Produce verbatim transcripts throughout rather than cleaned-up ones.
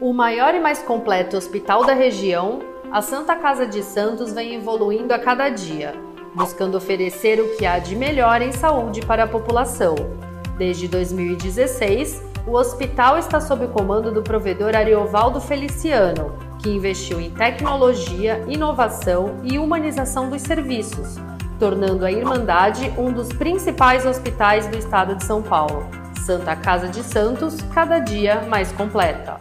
O maior e mais completo hospital da região, a Santa Casa de Santos vem evoluindo a cada dia, buscando oferecer o que há de melhor em saúde para a população. Desde dois mil e dezesseis, o hospital está sob o comando do provedor Ariovaldo Feliciano, que investiu em tecnologia, inovação e humanização dos serviços, tornando a Irmandade um dos principais hospitais do estado de São Paulo. Santa Casa de Santos, cada dia mais completa.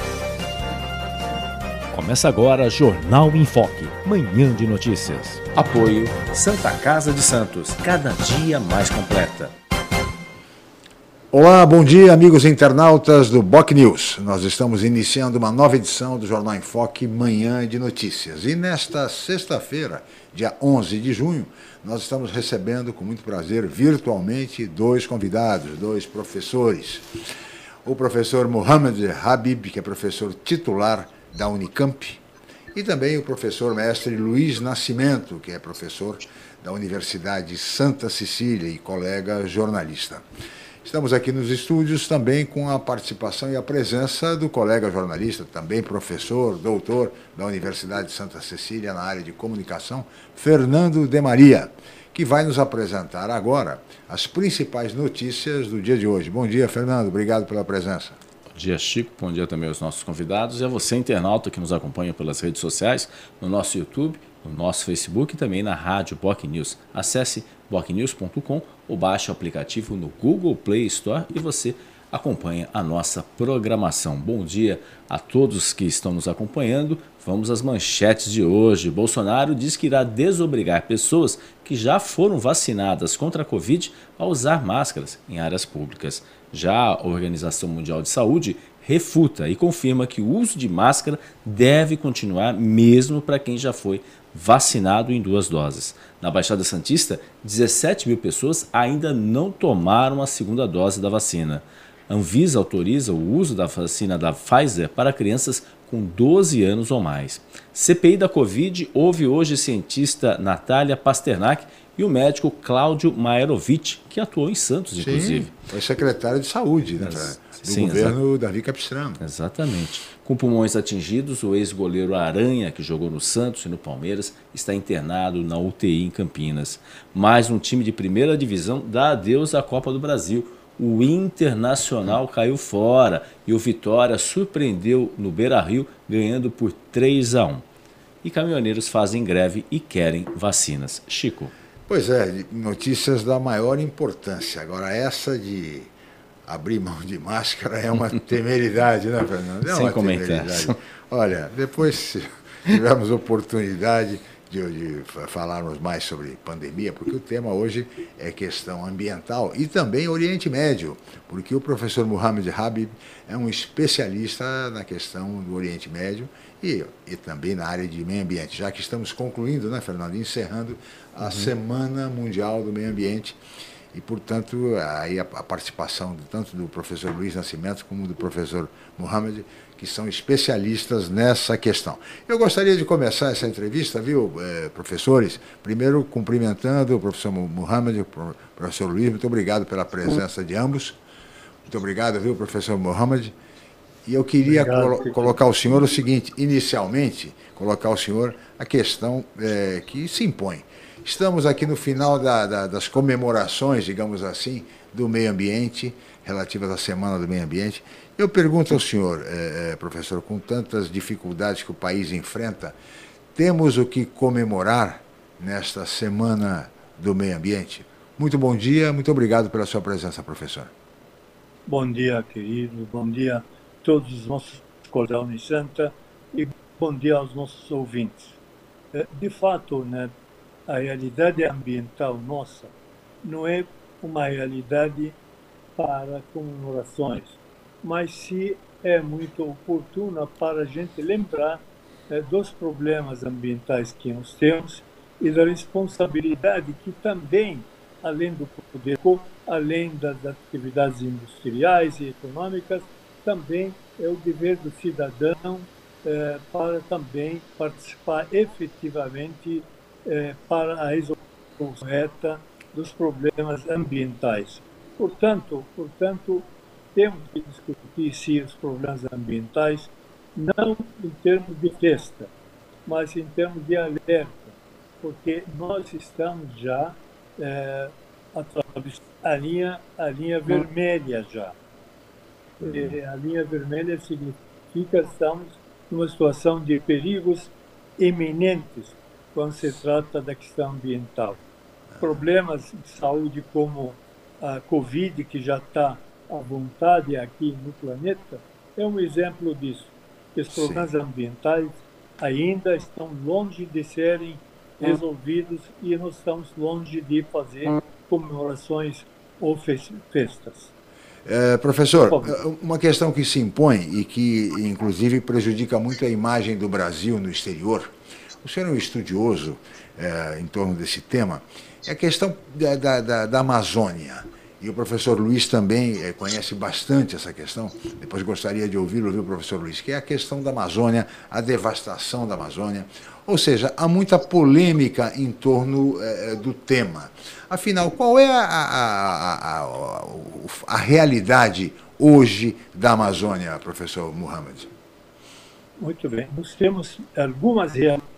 Começa agora Jornal em Foque, manhã de notícias. Apoio Santa Casa de Santos, cada dia mais completa. Olá, bom dia, amigos internautas do Boc News. Nós estamos iniciando uma nova edição do Jornal em Foque, manhã de notícias. E nesta sexta-feira, dia onze de junho, nós estamos recebendo com muito prazer, virtualmente, dois convidados, dois professores. O professor Mohamed Habib, que é professor titular da Unicamp, e também o professor mestre Luiz Nascimento, que é professor da Universidade Santa Cecília e colega jornalista. Estamos aqui nos estúdios também com a participação e a presença do colega jornalista, também professor, doutor da Universidade Santa Cecília na área de comunicação, Fernando de Maria, que vai nos apresentar agora as principais notícias do dia de hoje. Bom dia, Fernando, obrigado pela presença. Bom dia, Chico, bom dia também aos nossos convidados e a você, internauta, que nos acompanha pelas redes sociais, no nosso YouTube, no nosso Facebook e também na Rádio Boc News. Acesse boc news ponto com ou baixe o aplicativo no Google Play Store e você acompanha a nossa programação. Bom dia a todos que estão nos acompanhando. Vamos às manchetes de hoje. Bolsonaro diz que irá desobrigar pessoas que já foram vacinadas contra a Covid a usar máscaras em áreas públicas. Já a Organização Mundial de Saúde refuta e confirma que o uso de máscara deve continuar mesmo para quem já foi vacinado em duas doses. Na Baixada Santista, dezessete mil pessoas ainda não tomaram a segunda dose da vacina. Anvisa autoriza o uso da vacina da Pfizer para crianças com doze anos ou mais. C P I da Covid houve hoje cientista Natália Pasternak e o médico Cláudio Maerovitch, que atuou em Santos, inclusive. Sim, foi secretário de saúde, né, do Sim, governo exa- Davi Capistrano. Exatamente. Com pulmões atingidos, o ex-goleiro Aranha, que jogou no Santos e no Palmeiras, está internado na U T I em Campinas. Mais um time de primeira divisão dá adeus à Copa do Brasil. O Internacional caiu fora e o Vitória surpreendeu no Beira-Rio, ganhando por três a um. E caminhoneiros fazem greve e querem vacinas. Chico. Pois é, notícias da maior importância. Agora, essa de abrir mão de máscara é uma temeridade, né, Fernando? É Sem uma comentar. temeridade. Olha, depois, se tivermos oportunidade de, de falarmos mais sobre pandemia, porque o tema hoje é questão ambiental e também Oriente Médio, porque o professor Mohamed Habib é um especialista na questão do Oriente Médio e, e também na área de meio ambiente, já que estamos concluindo, né, Fernando, encerrando a uhum. Semana Mundial do Meio Ambiente. E, portanto, aí a, a participação do, tanto do professor Luiz Nascimento como do professor Mohamed, que são especialistas nessa questão. Eu gostaria de começar essa entrevista, viu, eh, professores, primeiro cumprimentando o professor Mohamed, o professor Luiz, muito obrigado pela presença de ambos. Muito obrigado, viu, professor Mohamed. E eu queria obrigado, colo- colocar o senhor o seguinte, inicialmente, colocar o senhor a questão eh, que se impõe. Estamos aqui no final da, da, das comemorações, digamos assim, do meio ambiente, relativas à Semana do Meio Ambiente. Eu pergunto ao senhor, eh, professor, com tantas dificuldades que o país enfrenta, temos o que comemorar nesta Semana do Meio Ambiente? Muito bom dia, muito obrigado pela sua presença, professor. Bom dia, querido, bom dia a todos os nossos colegas da Unisanta e bom dia aos nossos ouvintes. De fato, né, a realidade ambiental nossa não é uma realidade para comemorações, mas sim é muito oportuna para a gente lembrar é, dos problemas ambientais que nós temos e da responsabilidade que também, além do poder, além das atividades industriais e econômicas, também é o dever do cidadão é, para também participar efetivamente é, para a resolução correta dos problemas ambientais. Portanto, portanto, temos que discutir sim os problemas ambientais não em termos de festa, mas em termos de alerta, porque nós estamos já é, atravessando a linha, a linha vermelha já. E a linha vermelha significa que estamos numa situação de perigos iminentes quando se trata da questão ambiental. Problemas de saúde como a Covid, que já está à vontade aqui no planeta, é um exemplo disso. Os problemas Sim. ambientais ainda estão longe de serem resolvidos e nós estamos longe de fazer comemorações ou festas. É, professor, uma questão que se impõe e que, inclusive, prejudica muito a imagem do Brasil no exterior, o senhor é um estudioso é, em torno desse tema, é a questão da, da, da Amazônia. E o professor Luiz também é, conhece bastante essa questão, depois gostaria de ouvi-lo, viu, professor Luiz, que é a questão da Amazônia, a devastação da Amazônia. Ou seja, há muita polêmica em torno é, do tema. Afinal, qual é a, a, a, a, a realidade hoje da Amazônia, professor Mohamed? Muito bem. Nós temos algumas realidades,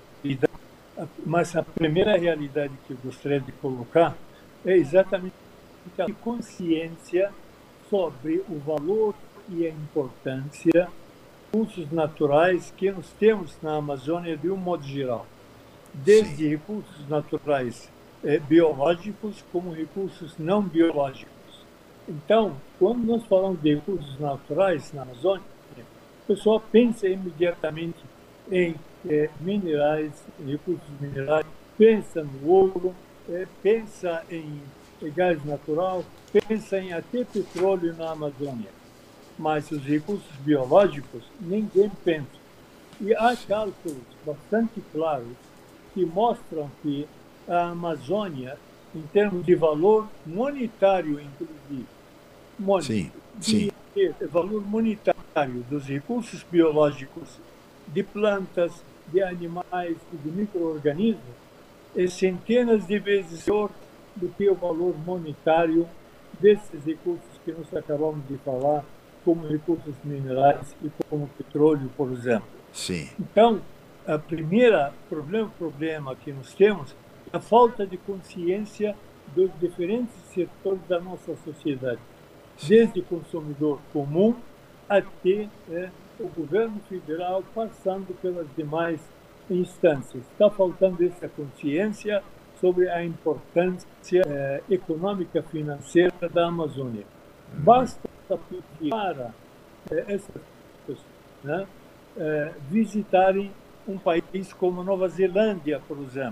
mas a primeira realidade que eu gostaria de colocar é exatamente a consciência sobre o valor e a importância dos recursos naturais que nós temos na Amazônia de um modo geral, desde Sim. recursos naturais eh, biológicos como recursos não biológicos. Então, quando nós falamos de recursos naturais na Amazônia, o pessoal pensa imediatamente em eh, minerais, recursos minerais, pensa no ouro, eh, pensa em gás natural, pensa em até petróleo na Amazônia. Mas os recursos biológicos, ninguém pensa. E há cálculos bastante claros que mostram que a Amazônia, em termos de valor monetário, inclusive, sim, sim. de valor monetário dos recursos biológicos de plantas, de animais e de micro-organismos, é centenas de vezes maior do que o valor monetário desses recursos que nós acabamos de falar, como recursos minerais e como petróleo, por exemplo. Sim. Então, a primeira problema, problema que nós temos é a falta de consciência dos diferentes setores da nossa sociedade, desde o consumidor comum até é, o governo federal, passando pelas demais instâncias. Está faltando essa consciência sobre a importância eh, econômica financeira da Amazônia. Basta pedir para eh, essas pessoas né, eh, visitarem um país como Nova Zelândia, por exemplo.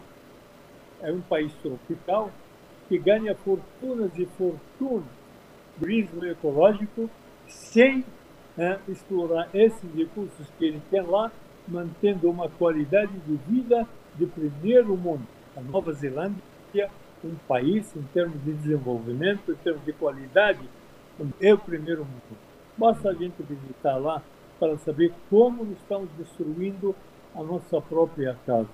É um país tropical que ganha fortunas e fortunas do turismo ecológico sem né, explorar esses recursos que ele tem lá, mantendo uma qualidade de vida de primeiro mundo. A Nova Zelândia é um país, em termos de desenvolvimento, em termos de qualidade, é o primeiro mundo. Basta a gente visitar lá para saber como nós estamos destruindo a nossa própria casa.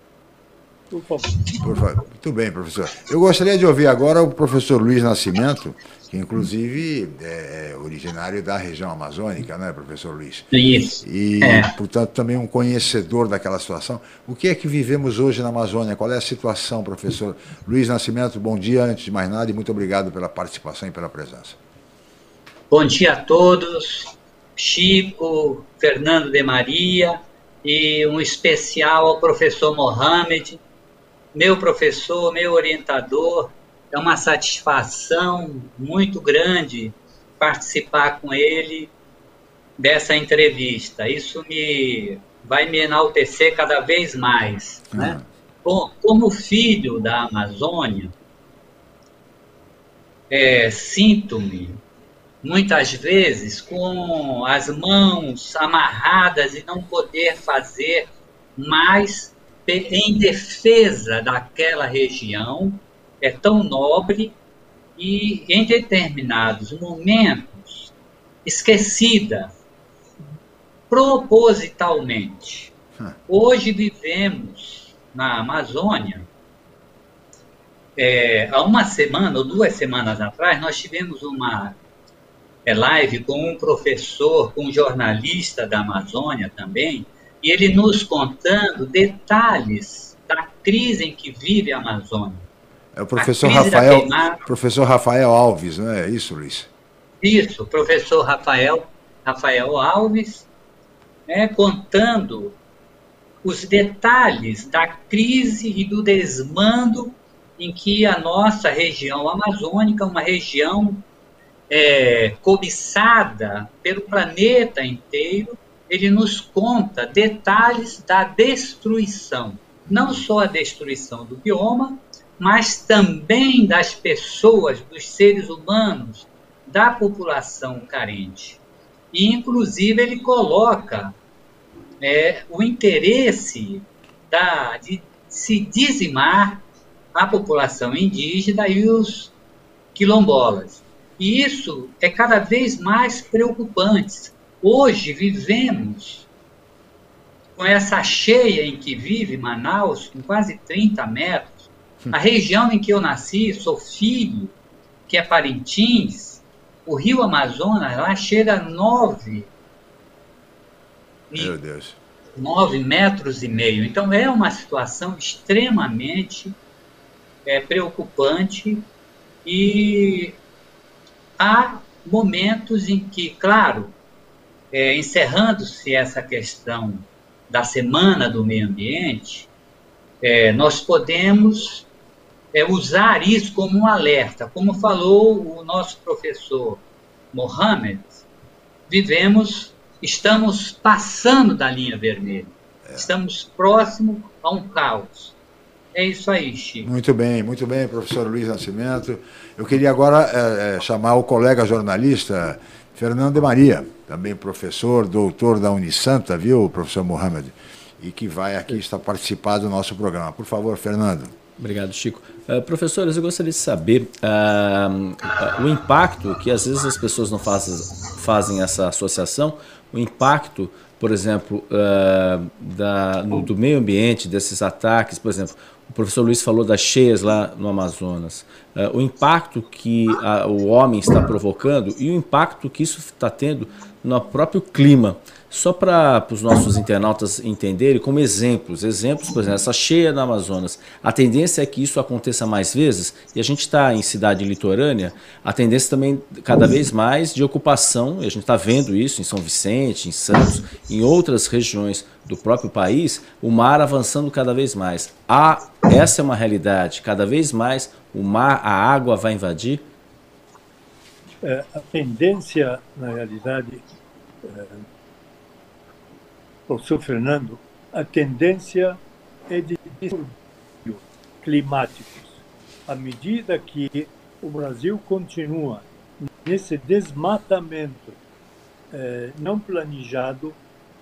Por favor. Por favor. Muito bem, professor. Eu gostaria de ouvir agora o professor Luiz Nascimento, que inclusive é originário da região amazônica, né, professor Luiz? Isso. E, é. portanto, também um conhecedor daquela situação. O que é que vivemos hoje na Amazônia? Qual é a situação, professor Luiz Nascimento? Bom dia, antes de mais nada, e muito obrigado pela participação e pela presença. Bom dia a todos. Chico, Fernando de Maria, e um especial ao professor Mohamed, meu professor, meu orientador. É uma satisfação muito grande participar com ele dessa entrevista. Isso me vai me enaltecer cada vez mais. Uhum. Né? Bom, como filho da Amazônia, é, sinto-me muitas vezes com as mãos amarradas e não poder fazer mais em defesa daquela região, é tão nobre e, em determinados momentos, esquecida, propositalmente. Hoje vivemos na Amazônia, é, há uma semana ou duas semanas atrás, nós tivemos uma é, live com um professor, com um jornalista da Amazônia também, e ele nos contando detalhes da crise em que vive a Amazônia. É o professor Rafael, professor Rafael Alves, não é isso, Luiz? Isso, professor Rafael, Rafael Alves, né, contando os detalhes da crise e do desmando em que a nossa região amazônica, uma região é, cobiçada pelo planeta inteiro, ele nos conta detalhes da destruição, não só a destruição do bioma, mas também das pessoas, dos seres humanos, da população carente. E, inclusive, ele coloca é, o interesse da, de se dizimar a população indígena e os quilombolas. E isso é cada vez mais preocupante. Hoje vivemos com essa cheia em que vive Manaus, com quase trinta metros, a região em que eu nasci, sou filho, que é Parintins, o rio Amazonas, lá chega a nove, Meu Deus. nove metros e meio. Então é uma situação extremamente é, preocupante e há momentos em que, claro, é, encerrando-se essa questão da Semana do Meio Ambiente, é, nós podemos é, usar isso como um alerta. Como falou o nosso professor Mohamed, vivemos, estamos passando da linha vermelha, é. estamos próximos a um caos. É isso aí, Chico. Muito bem, muito bem, professor Luiz Nascimento. Eu queria agora é, é, chamar o colega jornalista Fernando de Maria, também professor, doutor da Unisanta, viu, professor Mohamed, e que vai aqui estar participando do nosso programa. Por favor, Fernando. Obrigado, Chico. Uh, professores, eu gostaria de saber uh, uh, o impacto que às vezes as pessoas não fazem, fazem essa associação, o impacto, por exemplo, uh, da, no, do meio ambiente, desses ataques, por exemplo, o professor Luiz falou das cheias lá no Amazonas, uh, o impacto que a, o homem está provocando e o impacto que isso está tendo no próprio clima. Só para os nossos internautas entenderem, como exemplos, exemplos, por exemplo, essa cheia no Amazonas, a tendência é que isso aconteça mais vezes, e a gente está em cidade litorânea, a tendência também cada vez mais de ocupação, e a gente está vendo isso em São Vicente, em Santos, em outras regiões do próprio país, o mar avançando cada vez mais. Há, essa é uma realidade, cada vez mais o mar, a água vai invadir? É, a tendência, na realidade, é, professor Fernando, a tendência é de distúrbios climáticos. À medida que o Brasil continua nesse desmatamento eh, não planejado,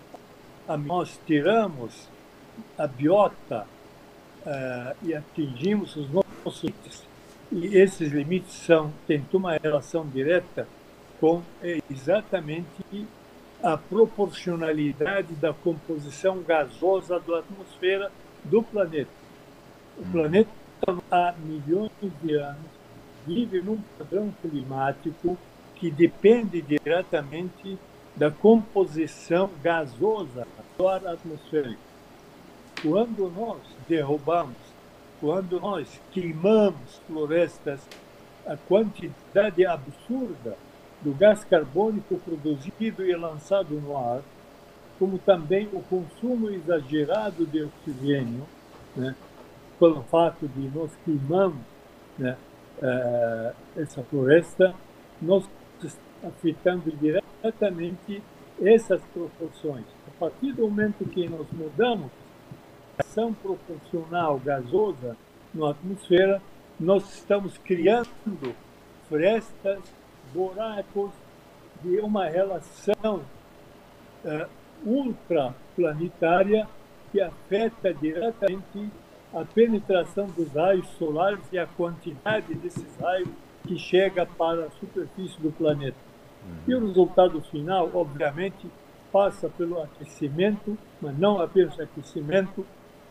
nós tiramos a biota eh, e atingimos os nossos limites. E esses limites são, têm uma relação direta com eh, exatamente a proporcionalidade da composição gasosa da atmosfera do planeta. O planeta, há milhões de anos, vive num padrão climático que depende diretamente da composição gasosa do ar atmosférico. Quando nós derrubamos, quando nós queimamos florestas, a quantidade absurda do gás carbônico produzido e lançado no ar, como também o consumo exagerado de oxigênio, né, pelo fato de nós queimamos, né, uh, essa floresta, nós estamos afetando diretamente essas proporções. A partir do momento que nós mudamos a ação proporcional gasosa na atmosfera, nós estamos criando frestas, buracos de uma relação uh, ultraplanetária que afeta diretamente a penetração dos raios solares e a quantidade desses raios que chega para a superfície do planeta. Uhum. E o resultado final, obviamente, passa pelo aquecimento, mas não apenas aquecimento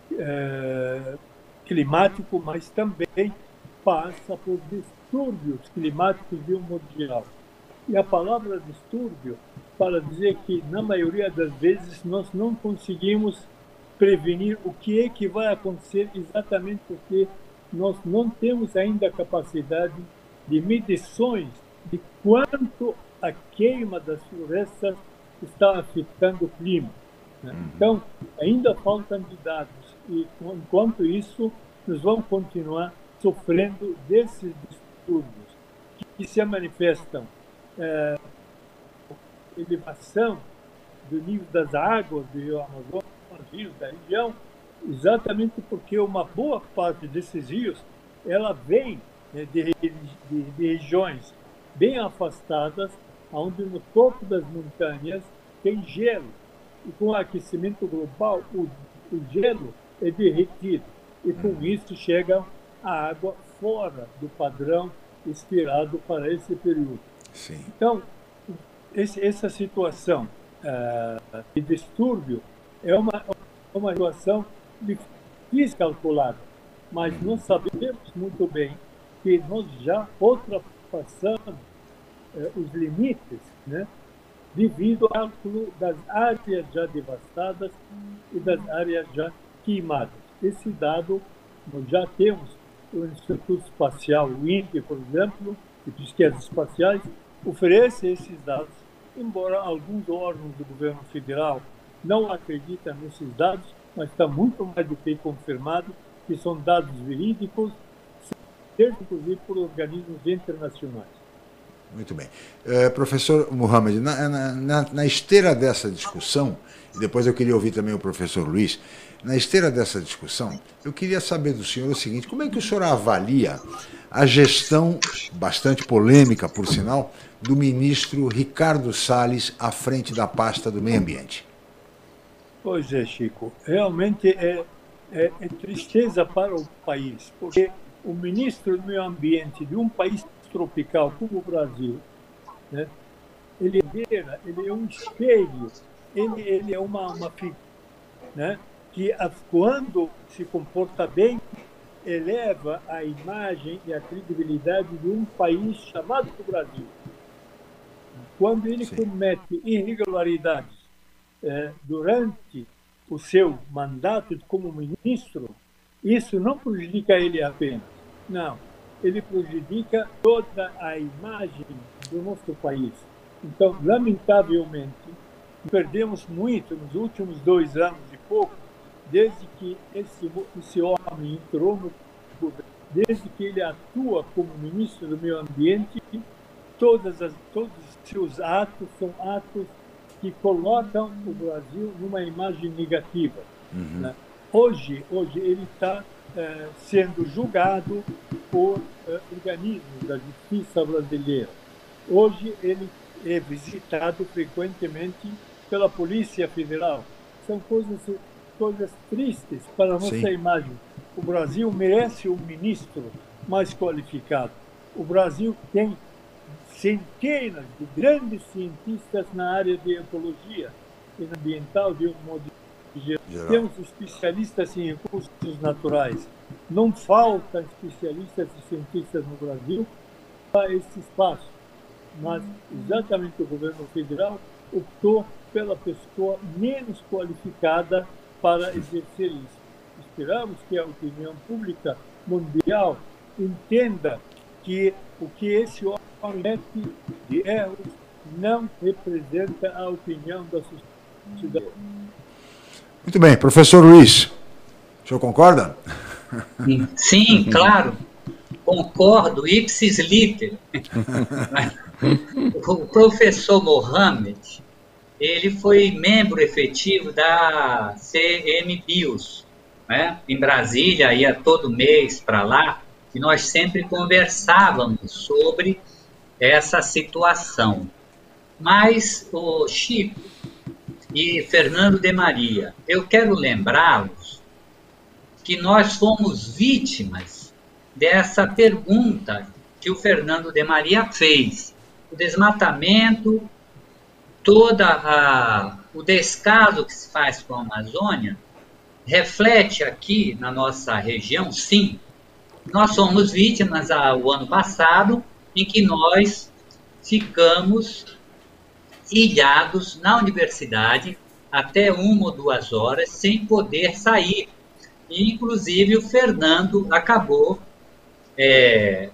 uh, climático, mas também passa por distúrbios climáticos de um modo geral. E a palavra distúrbio para dizer que, na maioria das vezes, nós não conseguimos prevenir o que é que vai acontecer, exatamente porque nós não temos ainda a capacidade de medições de quanto a queima das florestas está afetando o clima. Né? Então, ainda faltam de dados e, enquanto isso, nós vamos continuar sofrendo desses distúrbios que se manifestam é, elevação do nível das águas do Rio Amazonas, rios da região, exatamente porque uma boa parte desses rios ela vem né, de, de, de regiões bem afastadas, onde no topo das montanhas tem gelo. E com o aquecimento global, o, o gelo é derretido. E com isso chega a água fora do padrão esperado para esse período. Sim. Então, esse, essa situação uh, de distúrbio é uma, uma situação difícil calculada, mas nós sabemos muito bem que nós já ultrapassamos uh, os limites, né, devido ao cálculo das áreas já devastadas e das áreas já queimadas. Esse dado nós já temos o Instituto Espacial, o I N P E, por exemplo, de pesquisas espaciais, oferece esses dados, embora alguns órgãos do governo federal não acreditam nesses dados, mas está muito mais do que confirmado que são dados verídicos, inclusive por organismos internacionais. Muito bem. Uh, professor Mohamed, na, na, na esteira dessa discussão, e depois eu queria ouvir também o professor Luiz, na esteira dessa discussão, eu queria saber do senhor o seguinte: como é que o senhor avalia a gestão, bastante polêmica, por sinal, do ministro Ricardo Salles à frente da pasta do meio ambiente? Pois é, Chico, realmente é, é, é tristeza para o país, porque o ministro do meio ambiente de um país tropical como o Brasil, né, ele, é, ele é um espelho, ele, ele é uma, uma figura, né, que quando se comporta bem, eleva a imagem e a credibilidade de um país chamado Brasil. Quando ele Sim. comete irregularidades é, durante o seu mandato como ministro, isso não prejudica ele apenas, não. Ele prejudica toda a imagem do nosso país. Então, lamentavelmente, perdemos muito nos últimos dois anos e pouco, desde que esse, esse homem entrou no governo, desde que ele atua como ministro do meio ambiente, todas as, todos os seus atos são atos que colocam o Brasil numa imagem negativa. Uhum. Né? Hoje, hoje ele está É, sendo julgado por é, organismos da justiça brasileira. Hoje ele é visitado frequentemente pela Polícia Federal. São coisas, coisas tristes para a nossa Sim. imagem. O Brasil merece um ministro mais qualificado. O Brasil tem centenas de grandes cientistas na área de ecologia e ambiental, de um modo geral. Temos especialistas em recursos naturais. Não faltam especialistas e cientistas no Brasil para esse espaço. Mas exatamente o governo federal optou pela pessoa menos qualificada para exercer isso. Esperamos que a opinião pública mundial entenda que o que esse homem comete de erros não representa a opinião da sociedade. Muito bem. Professor Luiz, o senhor concorda? Sim, claro. Concordo, ipsis liter. O professor Mohamed, ele foi membro efetivo da C M Bios, né? Em Brasília, ia todo mês para lá, e nós sempre conversávamos sobre essa situação. Mas, o Chico e Fernando de Maria, eu quero lembrá-los que nós fomos vítimas dessa pergunta que o Fernando de Maria fez. O desmatamento, todo o descaso que se faz com a Amazônia, reflete aqui na nossa região, sim. Nós fomos vítimas ao ano passado, em que nós ficamos ilhados na universidade até uma ou duas horas sem poder sair. E, inclusive, o Fernando acabou é,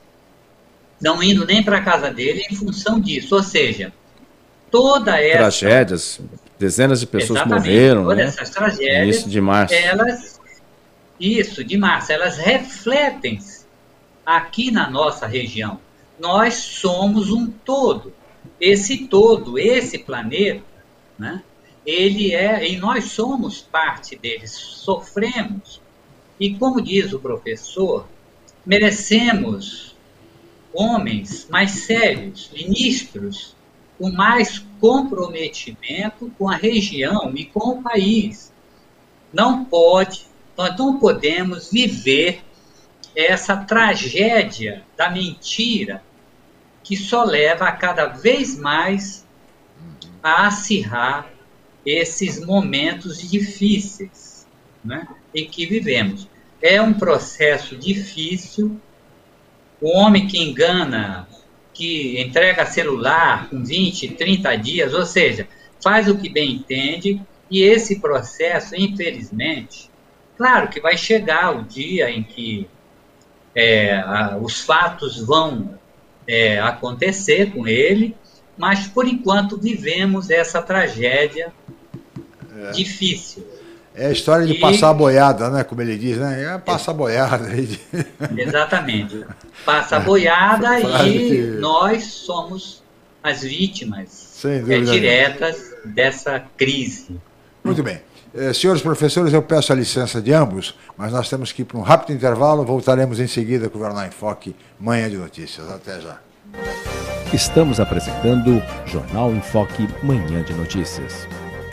não indo nem para a casa dele em função disso. Ou seja, toda essa... Tragédias, dezenas de pessoas Exatamente, morreram, todas né? essas tragédias, Início de março. Elas, isso, de março, elas refletem aqui na nossa região. Nós somos um todo. Esse todo, esse planeta, né? Ele é, e nós somos parte dele, sofremos. E como diz o professor, merecemos homens mais sérios, ministros, com mais comprometimento com a região e com o país. Não pode, nós não podemos viver essa tragédia da mentira que só leva a cada vez mais a acirrar esses momentos difíceis, né, em que vivemos. É um processo difícil. O homem que engana, que entrega celular com vinte, trinta dias, ou seja, faz o que bem entende, e esse processo, infelizmente, claro que vai chegar o dia em que é, a, os fatos vão é, acontecer com ele, mas, por enquanto, vivemos essa tragédia é. difícil. É a história de e... passar a boiada, né? Como ele diz, né? É passar a boiada. Exatamente. Passa a boiada e que... nós somos as vítimas é, diretas dessa crise. Muito bem. Eh, senhores professores, eu peço a licença de ambos, mas nós temos que ir para um rápido intervalo. Voltaremos em seguida com o Jornal em Foque, Manhã de Notícias. Até já. Estamos apresentando Jornal em Foque, Manhã de Notícias.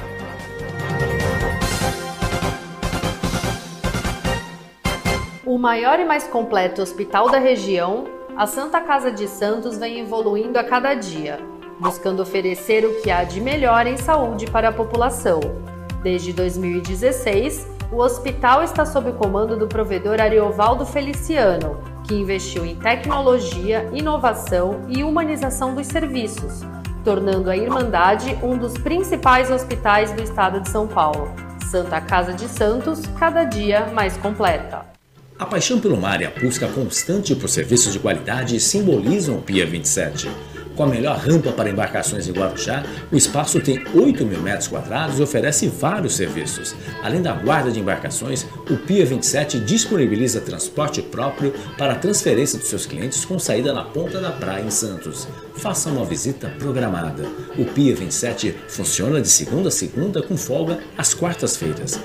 O maior e mais completo hospital da região, a Santa Casa de Santos vem evoluindo a cada dia, buscando oferecer o que há de melhor em saúde para a população. Desde dois mil e dezesseis, o hospital está sob o comando do provedor Ariovaldo Feliciano, que investiu em tecnologia, inovação e humanização dos serviços, tornando a Irmandade um dos principais hospitais do estado de São Paulo. Santa Casa de Santos, cada dia mais completa. A paixão pelo mar e a busca constante por serviços de qualidade simbolizam o Pia vinte e sete. Com a melhor rampa para embarcações em Guarujá, o espaço tem oito mil metros quadrados e oferece vários serviços. Além da guarda de embarcações, o Pia vinte e sete disponibiliza transporte próprio para a transferência dos seus clientes com saída na ponta da praia em Santos. Faça uma visita programada. O Pia vinte e sete funciona de segunda a segunda com folga às quartas-feiras.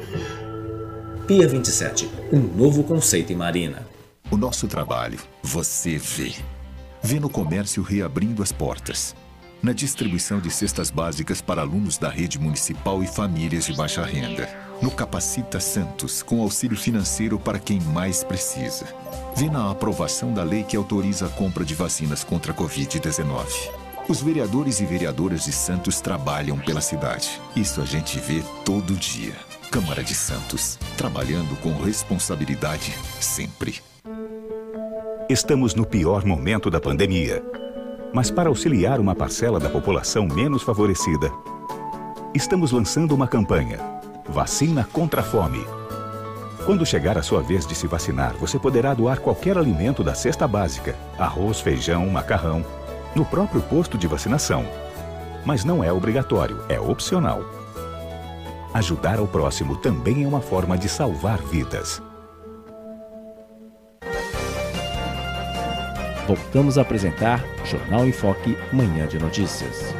Pia vinte e sete, um novo conceito em marina. O nosso trabalho, você vê. Vê no comércio reabrindo as portas. Na distribuição de cestas básicas para alunos da rede municipal e famílias de baixa renda. No Capacita Santos, com auxílio financeiro para quem mais precisa. Vê na aprovação da lei que autoriza a compra de vacinas contra a covid dezenove. Os vereadores e vereadoras de Santos trabalham pela cidade. Isso a gente vê todo dia. Câmara de Santos, trabalhando com responsabilidade sempre. Estamos no pior momento da pandemia. Mas para auxiliar uma parcela da população menos favorecida, estamos lançando uma campanha: Vacina contra a Fome. Quando chegar a sua vez de se vacinar, você poderá doar qualquer alimento da cesta básica, arroz, feijão, macarrão, no próprio posto de vacinação. Mas não é obrigatório, é opcional. Ajudar ao próximo também é uma forma de salvar vidas. Voltamos a apresentar Jornal em Foque, Manhã de Notícias.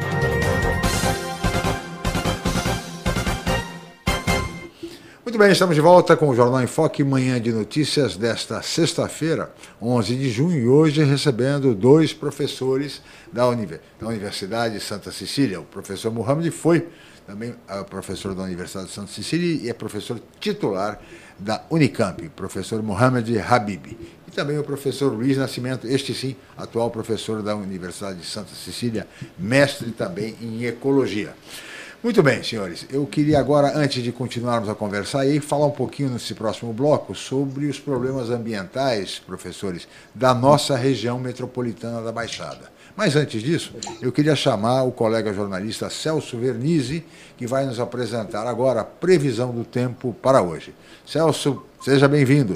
Muito bem, estamos de volta com o Jornal em Foque, Manhã de Notícias desta sexta-feira, onze de junho, e hoje recebendo dois professores da, Univers- da Universidade de Santa Cecília. O professor Mohamed foi também é professor da Universidade de Santa Cecília e é professor titular da Unicamp, professor Mohamed Habib. E também o professor Luiz Nascimento, este sim, atual professor da Universidade de Santa Cecília, mestre também em Ecologia. Muito bem, senhores. Eu queria agora, antes de continuarmos a conversar, aí, falar um pouquinho nesse próximo bloco sobre os problemas ambientais, professores, da nossa região metropolitana da Baixada. Mas antes disso, eu queria chamar o colega jornalista Celso Vernizzi, que vai nos apresentar agora a previsão do tempo para hoje. Celso, seja bem-vindo.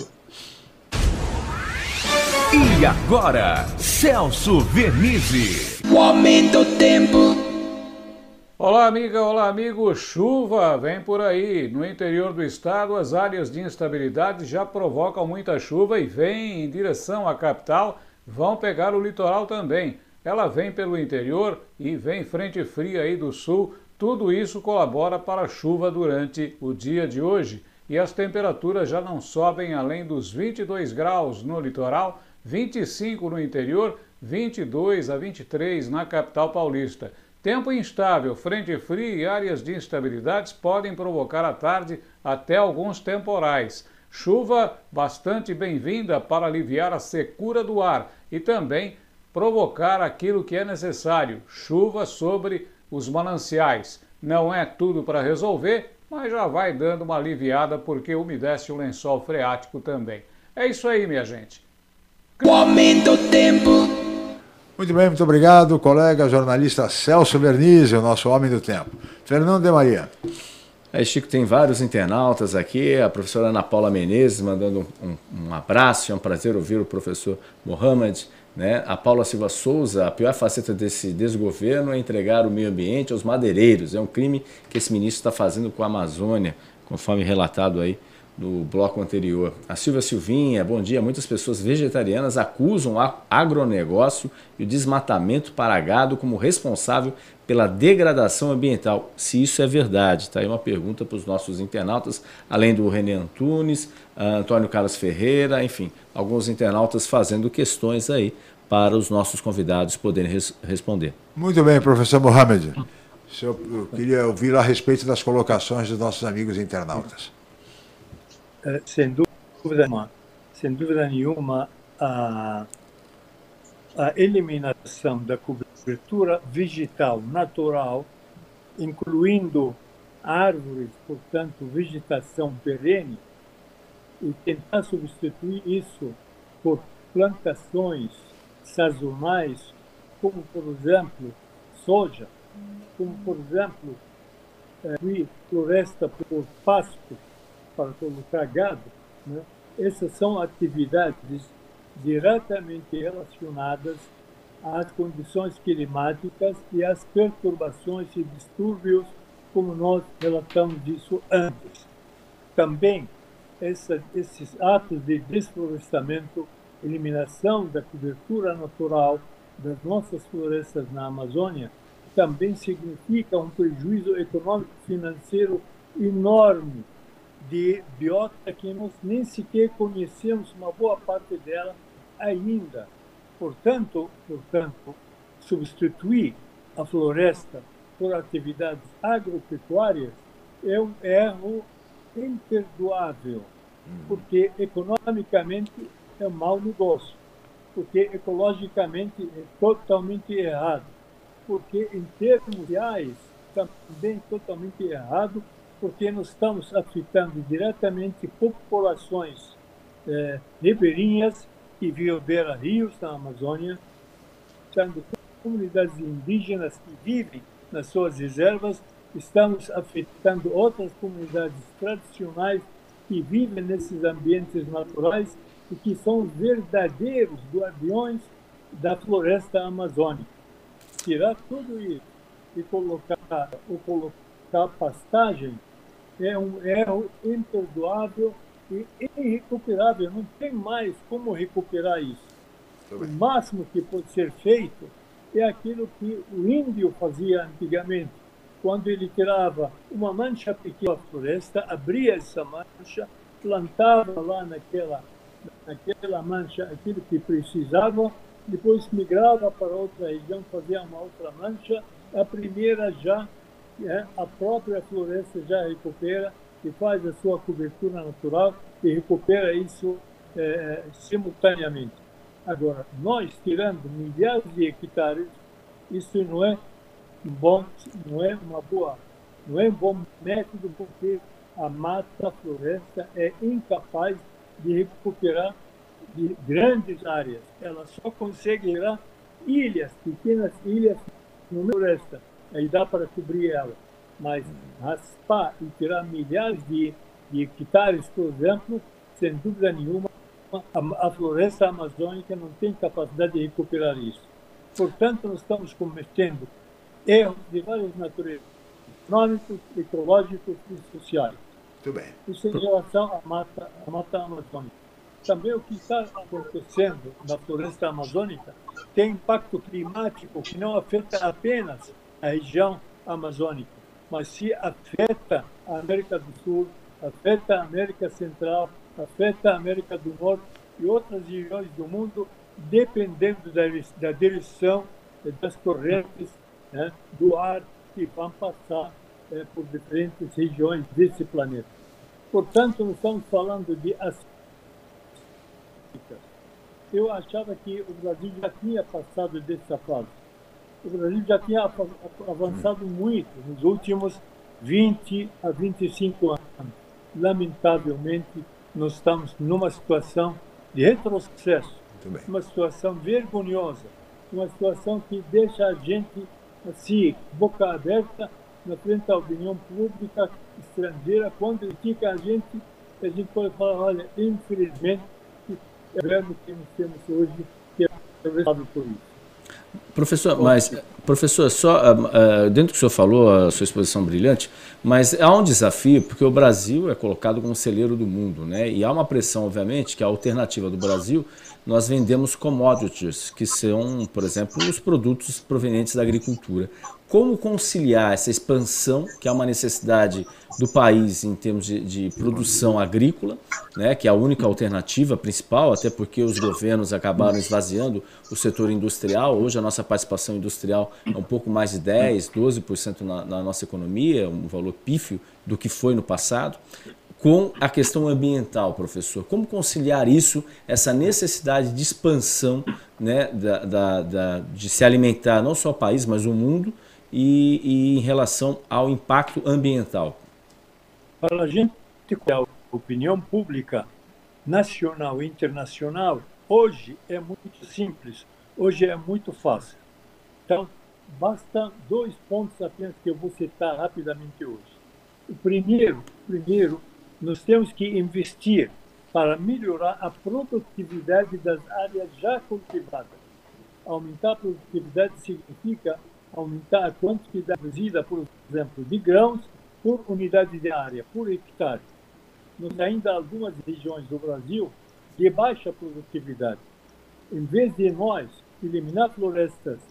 E agora, Celso Vernizzi. O aumento do tempo. Olá, amiga, olá, amigo. Chuva vem por aí. No interior do estado, as áreas de instabilidade já provocam muita chuva e vêm em direção à capital, vão pegar o litoral também. Ela vem pelo interior e vem frente fria aí do sul. Tudo isso colabora para a chuva durante o dia de hoje. E as temperaturas já não sobem além dos vinte e dois graus no litoral, vinte e cinco no interior, vinte e dois a vinte e três na capital paulista. Tempo instável, frente fria e áreas de instabilidades podem provocar à tarde até alguns temporais. Chuva bastante bem-vinda para aliviar a secura do ar e também provocar aquilo que é necessário, chuva sobre os mananciais. Não é tudo para resolver, mas já vai dando uma aliviada porque umedece o lençol freático também. É isso aí, minha gente. O aumento do tempo. Muito bem, muito obrigado, colega jornalista Celso Vernizzi, o nosso homem do tempo. Fernando de Maria. É, Chico, tem vários internautas aqui, a professora Ana Paula Menezes mandando um, um, um abraço, é um prazer ouvir o professor Mohamed, né? A Paula Silva Souza, a pior faceta desse desgoverno é entregar o meio ambiente aos madeireiros, é um crime que esse ministro está fazendo com a Amazônia, conforme relatado aí no bloco anterior. A Silvia Silvinha, bom dia. Muitas pessoas vegetarianas acusam o agronegócio e o desmatamento para gado como responsável pela degradação ambiental. Se isso é verdade, está aí uma pergunta para os nossos internautas, além do René Antunes, Antônio Carlos Ferreira, enfim, alguns internautas fazendo questões aí para os nossos convidados poderem res responder. Muito bem, professor Mohamed. Eu queria ouvir a respeito das colocações dos nossos amigos internautas. Sem dúvida nenhuma, sem dúvida nenhuma a, a eliminação da cobertura vegetal natural, incluindo árvores, portanto, vegetação perene, e tentar substituir isso por plantações sazonais, como, por exemplo, soja, como, por exemplo, é, floresta por pasto, para colocar gado, né? Essas são atividades diretamente relacionadas às condições climáticas e às perturbações e distúrbios, como nós relatamos isso antes. Também essa, esses atos de desflorestamento, eliminação da cobertura natural das nossas florestas na Amazônia, também significa um prejuízo econômico financeiro enorme de biota que nós nem sequer conhecemos uma boa parte dela ainda. Portanto, portanto, substituir a floresta por atividades agropecuárias é um erro imperdoável, porque economicamente é um mau negócio, porque ecologicamente é totalmente errado, porque em termos reais também totalmente errado, porque nós estamos afetando diretamente populações eh, ribeirinhas que vivem beira-rios na Amazônia, sendo comunidades indígenas que vivem nas suas reservas, estamos afetando outras comunidades tradicionais que vivem nesses ambientes naturais e que são verdadeiros guardiões da floresta amazônica. Tirar tudo isso e colocar, ou colocar pastagem é um erro imperdoável e irrecuperável. Não tem mais como recuperar isso. O máximo que pode ser feito é aquilo que o índio fazia antigamente. Quando ele tirava uma mancha pequena da floresta, abria essa mancha, plantava lá naquela, naquela mancha aquilo que precisava, depois migrava para outra região, fazia uma outra mancha, a primeira já, é, a própria floresta já recupera e faz a sua cobertura natural e recupera isso é, simultaneamente. Agora, nós tirando milhares de hectares, isso não é bom, não é uma boa Não é um bom método porque a mata, a floresta, é incapaz de recuperar de grandes áreas. Ela só conseguirá ilhas, pequenas ilhas no meio da floresta. Aí dá para cobrir ela. Mas raspar e tirar milhares de, de hectares, por exemplo, sem dúvida nenhuma, a, a floresta amazônica não tem capacidade de recuperar isso. Portanto, nós estamos cometendo erros de várias naturezas, econômicos, ecológicos e sociais. Muito bem. Isso em relação à mata, à mata amazônica. Também o que está acontecendo na floresta amazônica tem impacto climático que não afeta apenas a região amazônica, mas se afeta a América do Sul, afeta a América Central, afeta a América do Norte e outras regiões do mundo, dependendo da, da direção das correntes, né, do ar que vão passar é, por diferentes regiões desse planeta. Portanto, nós estamos falando de ações. Eu achava que o Brasil já tinha passado dessa fase. O Brasil já tinha avançado muito nos últimos vinte a vinte e cinco anos. Lamentavelmente, nós estamos numa situação de retrocesso, uma situação vergonhosa, uma situação que deixa a gente assim, boca aberta na frente da opinião pública estrangeira. Quando critica a gente, a gente pode falar, olha, infelizmente, é o governo que nós temos hoje que é responsável por isso. Professor, mas, professor, só uh, dentro do que o senhor falou, a sua exposição brilhante, mas há um desafio, porque o Brasil é colocado como celeiro do mundo, né? E há uma pressão, obviamente, que a alternativa do Brasil, nós vendemos commodities, que são, por exemplo, os produtos provenientes da agricultura. Como conciliar essa expansão, que é uma necessidade do país em termos de, de produção agrícola, né, que é a única alternativa principal, até porque os governos acabaram esvaziando o setor industrial. Hoje a nossa participação industrial é um pouco mais de dez, doze por cento na, na nossa economia, um valor pífio do que foi no passado. Com a questão ambiental, professor, como conciliar isso, essa necessidade de expansão, né, da, da, da, de se alimentar não só o país, mas o mundo, e, e em relação ao impacto ambiental? Para a gente, a opinião pública nacional e internacional, hoje é muito simples, hoje é muito fácil. Então, basta dois pontos apenas que eu vou citar rapidamente hoje. O primeiro, primeiro nós temos que investir para melhorar a produtividade das áreas já cultivadas. Aumentar a produtividade significa aumentar a quantidade produzida, por exemplo, de grãos por unidade de área, por hectare. Nós ainda há algumas regiões do Brasil de baixa produtividade. Em vez de nós eliminar florestas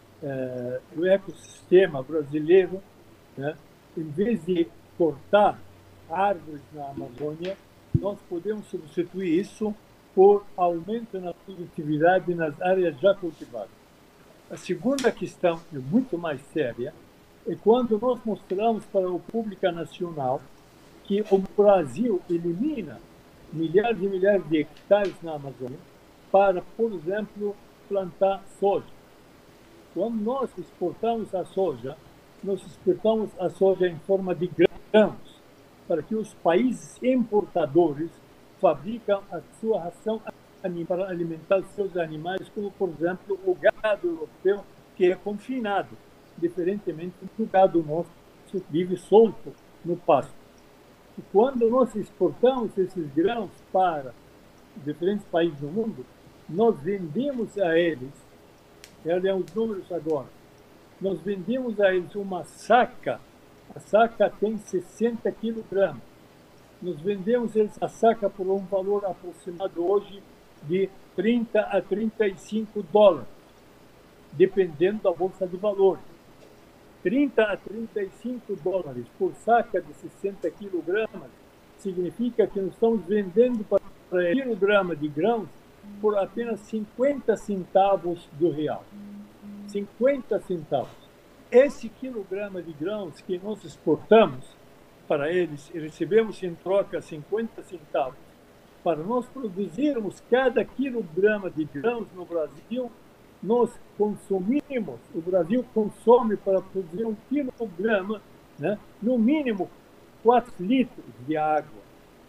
eh, do ecossistema brasileiro, né, em vez de cortar árvores na Amazônia, nós podemos substituir isso por aumento na produtividade nas áreas já cultivadas. A segunda questão, é muito mais séria, é quando nós mostramos para o público nacional que o Brasil elimina milhares e milhares de hectares na Amazônia para, por exemplo, plantar soja. Quando nós exportamos a soja, nós exportamos a soja em forma de grãos, para que os países importadores fabricam a sua ração para alimentar seus animais, como, por exemplo, o gado europeu, que é confinado, diferentemente do gado nosso, que vive solto no pasto. E quando nós exportamos esses grãos para diferentes países do mundo, nós vendemos a eles, olhem os números agora, nós vendemos a eles uma saca, a saca tem sessenta quilogramas. Nós vendemos eles a saca por um valor aproximado hoje de trinta a trinta e cinco dólares, dependendo da bolsa de valores. trinta a trinta e cinco dólares por saca de sessenta quilogramas significa que nós estamos vendendo para um quilograma de grãos por apenas cinquenta centavos do real. cinquenta centavos. Esse quilograma de grãos que nós exportamos para eles e recebemos em troca cinquenta centavos, para nós produzirmos cada quilograma de grãos no Brasil, nós consumimos, o Brasil consome para produzir um quilograma né? No mínimo quatro litros de água.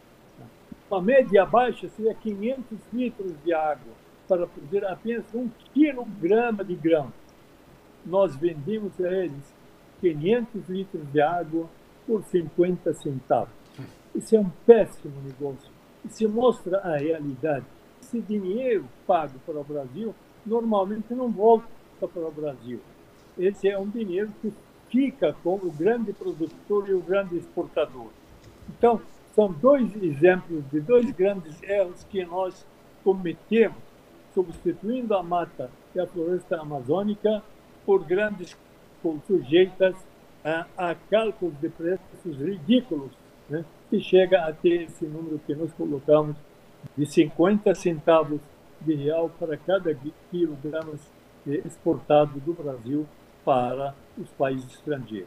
Uma média baixa seria quinhentos litros de água para produzir apenas um quilograma de grão. Nós vendemos a eles quinhentos litros de água por cinquenta centavos. Isso é um péssimo negócio. Isso mostra a realidade. Esse dinheiro pago para o Brasil normalmente não volta para o Brasil. Esse é um dinheiro que fica com o grande produtor e o grande exportador. Então, são dois exemplos de dois grandes erros que nós cometemos, substituindo a mata e a floresta amazônica por grandes sujeitas a, a cálculos de preços ridículos, né? Que chega a ter esse número que nós colocamos de cinquenta centavos de real para cada quilograma exportado do Brasil para os países estrangeiros.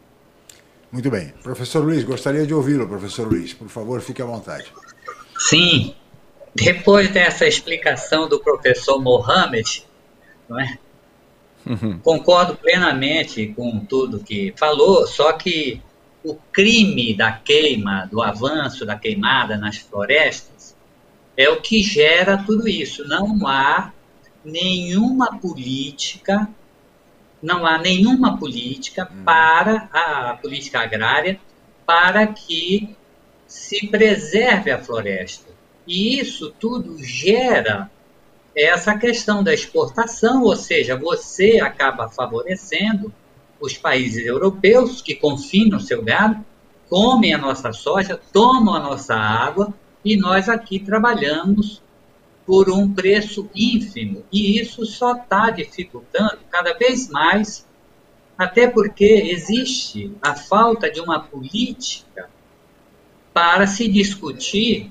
Muito bem. Professor Luiz, gostaria de ouvi-lo, professor Luiz. Por favor, fique à vontade. Sim. Depois dessa explicação do professor Mohamed, não é? Uhum. Concordo plenamente com tudo que falou, só que o crime da queima, do avanço da queimada nas florestas, é o que gera tudo isso. Não há nenhuma política, não há nenhuma política hum. para a, a política agrária para que se preserve a floresta. E isso tudo gera essa questão da exportação, ou seja, você acaba favorecendo os países europeus que confinam o seu gado, comem a nossa soja, tomam a nossa água, e nós aqui trabalhamos por um preço ínfimo. E isso só está dificultando cada vez mais, até porque existe a falta de uma política para se discutir,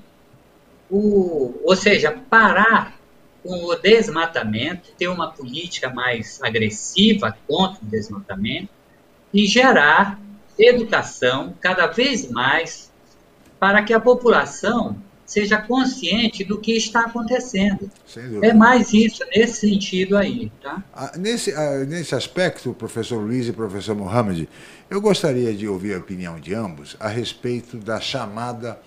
o, ou seja, parar com o desmatamento, ter uma política mais agressiva contra o desmatamento e gerar educação cada vez mais para que a população seja consciente do que está acontecendo. É mais isso, nesse sentido aí. Tá? Ah, nesse, ah, nesse aspecto, professor Luiz e professor Mohamed, eu gostaria de ouvir a opinião de ambos a respeito da chamada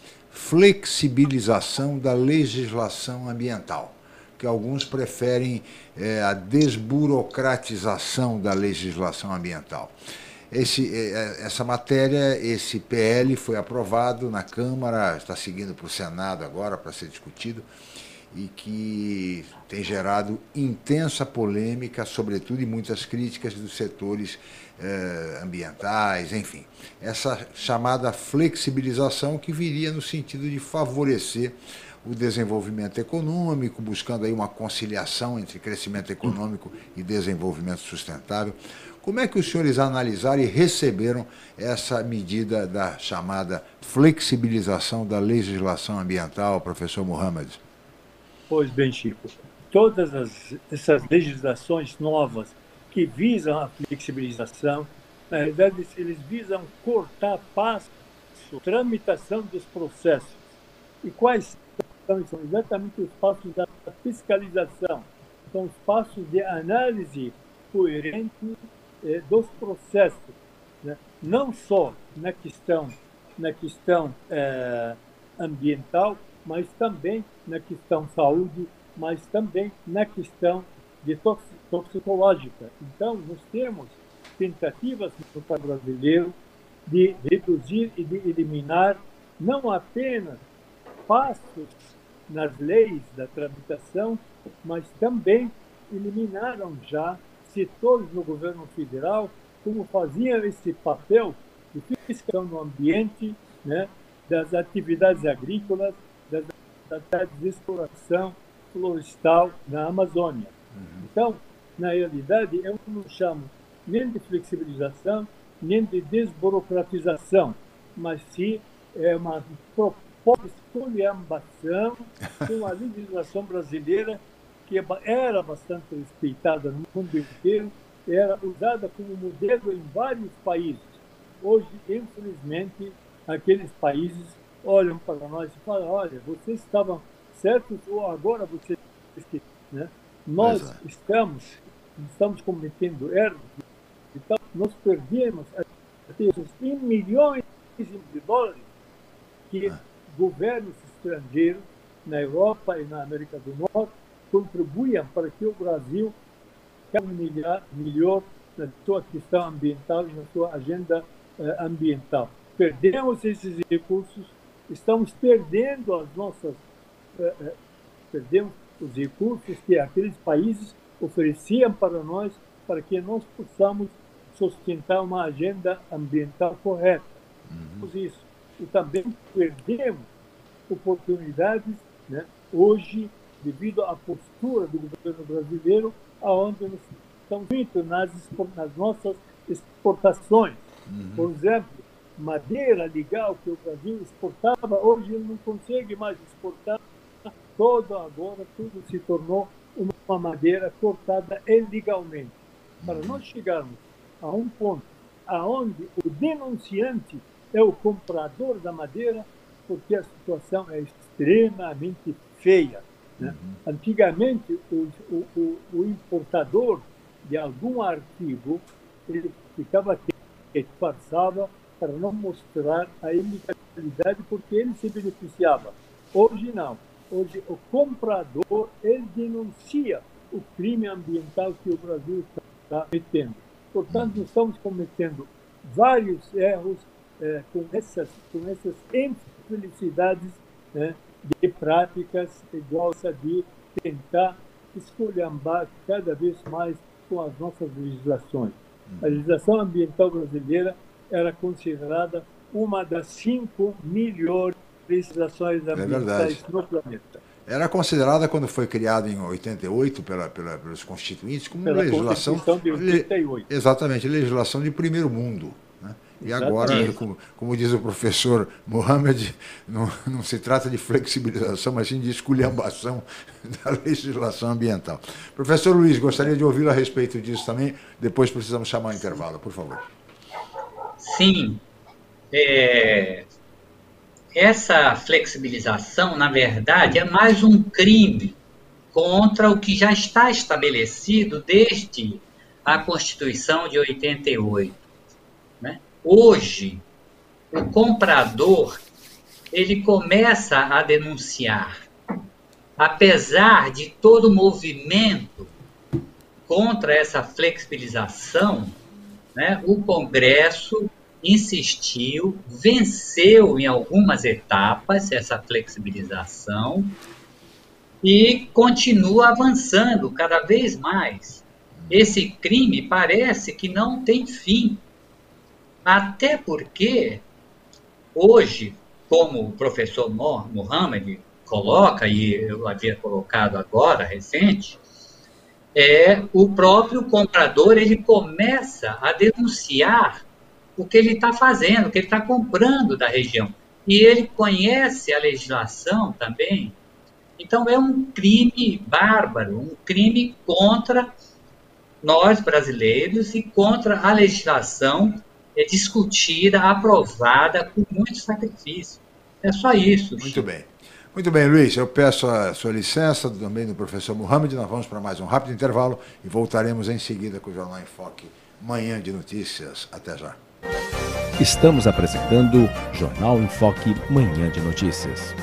flexibilização da legislação ambiental, que alguns preferem é, a desburocratização da legislação ambiental. Esse, essa matéria, esse P L foi aprovado na Câmara, está seguindo para o Senado agora para ser discutido, e que tem gerado intensa polêmica, sobretudo, e muitas críticas dos setores eh, ambientais, enfim. Essa chamada flexibilização que viria no sentido de favorecer o desenvolvimento econômico, buscando aí uma conciliação entre crescimento econômico e desenvolvimento sustentável. Como é que os senhores analisaram e receberam essa medida da chamada flexibilização da legislação ambiental, professor Mohamed? Pois bem, Chico, todas as, essas legislações novas que visam a flexibilização, na realidade, eles visam cortar passo, tramitação dos processos. E quais são? São exatamente os passos da fiscalização, são os passos de análise coerente eh, dos processos, né? Não só na questão, na questão eh, ambiental, mas também na questão saúde, mas também na questão de toxicológica. Então, nós temos tentativas no país brasileiro de reduzir e de eliminar não apenas passos nas leis da tramitação, mas também eliminaram já setores no governo federal como faziam esse papel de fiscalização no ambiente, né, das atividades agrícolas, das atividades de exploração florestal na Amazônia. Uhum. Então, na realidade, eu não chamo nem de flexibilização, nem de desburocratização, mas sim é uma proposta de esculhambação com a legislação brasileira, que era bastante respeitada no mundo inteiro, era usada como modelo em vários países. Hoje, infelizmente, aqueles países olham para nós e falam: olha, vocês estavam certos ou agora vocês... Né? Nós estamos, estamos cometendo erros, então nós perdemos a em milhões de dólares que ah. governos estrangeiros na Europa e na América do Norte contribuíam para que o Brasil caminhar melhor na sua questão ambiental e na sua agenda eh, ambiental. Perdemos esses recursos, estamos perdendo as nossas, eh, eh, perdemos os recursos que aqueles países ofereciam para nós para que nós possamos sustentar uma agenda ambiental correta. Uhum. Isso. E também perdemos oportunidades, né, hoje, devido à postura do governo brasileiro, aonde nós estamos muito nas, nas nossas exportações. Uhum. Por exemplo, madeira legal que o Brasil exportava, hoje ele não consegue mais exportar. Todo agora, tudo se tornou uma madeira cortada ilegalmente. Para nós chegarmos a um ponto aonde o denunciante é o comprador da madeira, porque a situação é extremamente feia. Né? Uhum. Antigamente, o, o, o importador de algum artigo, ele ficava disfarçava para não mostrar a ilegalidade, porque ele se beneficiava. Hoje não. Hoje o comprador, ele denuncia o crime ambiental que o Brasil está cometendo. Portanto, nós estamos cometendo vários erros eh, com, essas, com essas infelicidades, né, de práticas igual essa de tentar esculhambar cada vez mais com as nossas legislações. A legislação ambiental brasileira era considerada uma das cinco melhores legislações ambientais é no planeta. Era considerada, quando foi criada em oitenta e oito pela, pela, pelos constituintes, como pela legislação de oitenta e oito. Le, exatamente, legislação de primeiro mundo. Né? E agora, como, como diz o professor Mohamed, não, não se trata de flexibilização, mas sim de esculhambação da legislação ambiental. Professor Luiz, gostaria de ouvi-lo a respeito disso também, depois precisamos chamar o intervalo, por favor. Sim. É... Essa flexibilização, na verdade, é mais um crime contra o que já está estabelecido desde a Constituição de oitenta e oito. Né? Hoje, o comprador, ele começa a denunciar. Apesar de todo o movimento contra essa flexibilização, né, o Congresso insistiu, venceu em algumas etapas essa flexibilização e continua avançando cada vez mais. Esse crime parece que não tem fim. Até porque, hoje, como o professor Mohamed coloca, e eu havia colocado agora, recente, é, o próprio comprador, ele começa a denunciar o que ele está fazendo, o que ele está comprando da região. E ele conhece a legislação também. Então, é um crime bárbaro, um crime contra nós brasileiros e contra a legislação é, discutida, aprovada com muito sacrifício. É só isso. Muito Chico. bem. Muito bem, Luiz. Eu peço a sua licença, também do professor Mohamed. Nós vamos para mais um rápido intervalo e voltaremos em seguida com o Jornal em Foque, Manhã de Notícias. Até já. Estamos apresentando Jornal em Foque, Manhã de Notícias.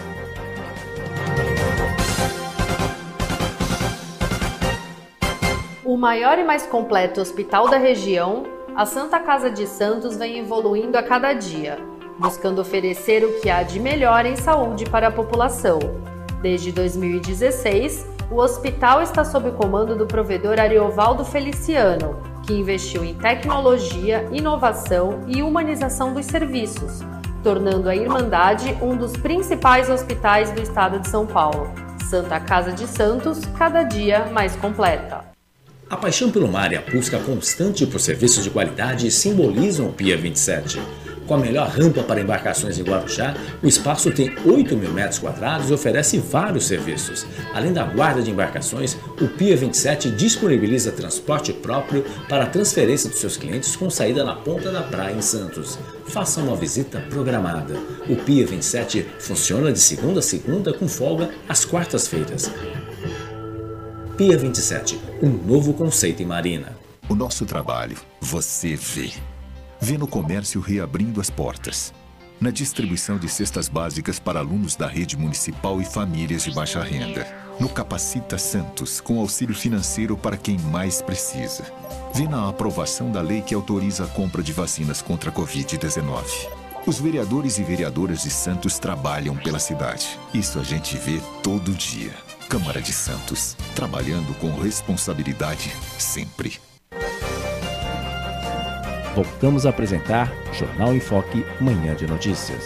O maior e mais completo hospital da região, a Santa Casa de Santos vem evoluindo a cada dia, buscando oferecer o que há de melhor em saúde para a população. Desde dois mil e dezesseis, o hospital está sob o comando do provedor Ariovaldo Feliciano, que investiu em tecnologia, inovação e humanização dos serviços, tornando a Irmandade um dos principais hospitais do estado de São Paulo. Santa Casa de Santos, cada dia mais completa. A paixão pelo mar e a busca constante por serviços de qualidade simbolizam o Pia vinte e sete. Com a melhor rampa para embarcações em Guarujá, o espaço tem oito mil metros quadrados e oferece vários serviços. Além da guarda de embarcações, o Pia vinte e sete disponibiliza transporte próprio para a transferência dos seus clientes com saída na ponta da praia em Santos. Faça uma visita programada. O Pia vinte e sete funciona de segunda a segunda com folga às quartas-feiras. Pia vinte e sete, um novo conceito em marina. O nosso trabalho, você vê. Vê no comércio reabrindo as portas. Na distribuição de cestas básicas para alunos da rede municipal e famílias de baixa renda. No Capacita Santos, com auxílio financeiro para quem mais precisa. Vê na aprovação da lei que autoriza a compra de vacinas contra a covid dezenove. Os vereadores e vereadoras de Santos trabalham pela cidade. Isso a gente vê todo dia. Câmara de Santos, trabalhando com responsabilidade sempre. Voltamos a apresentar Jornal em Foque, Manhã de Notícias.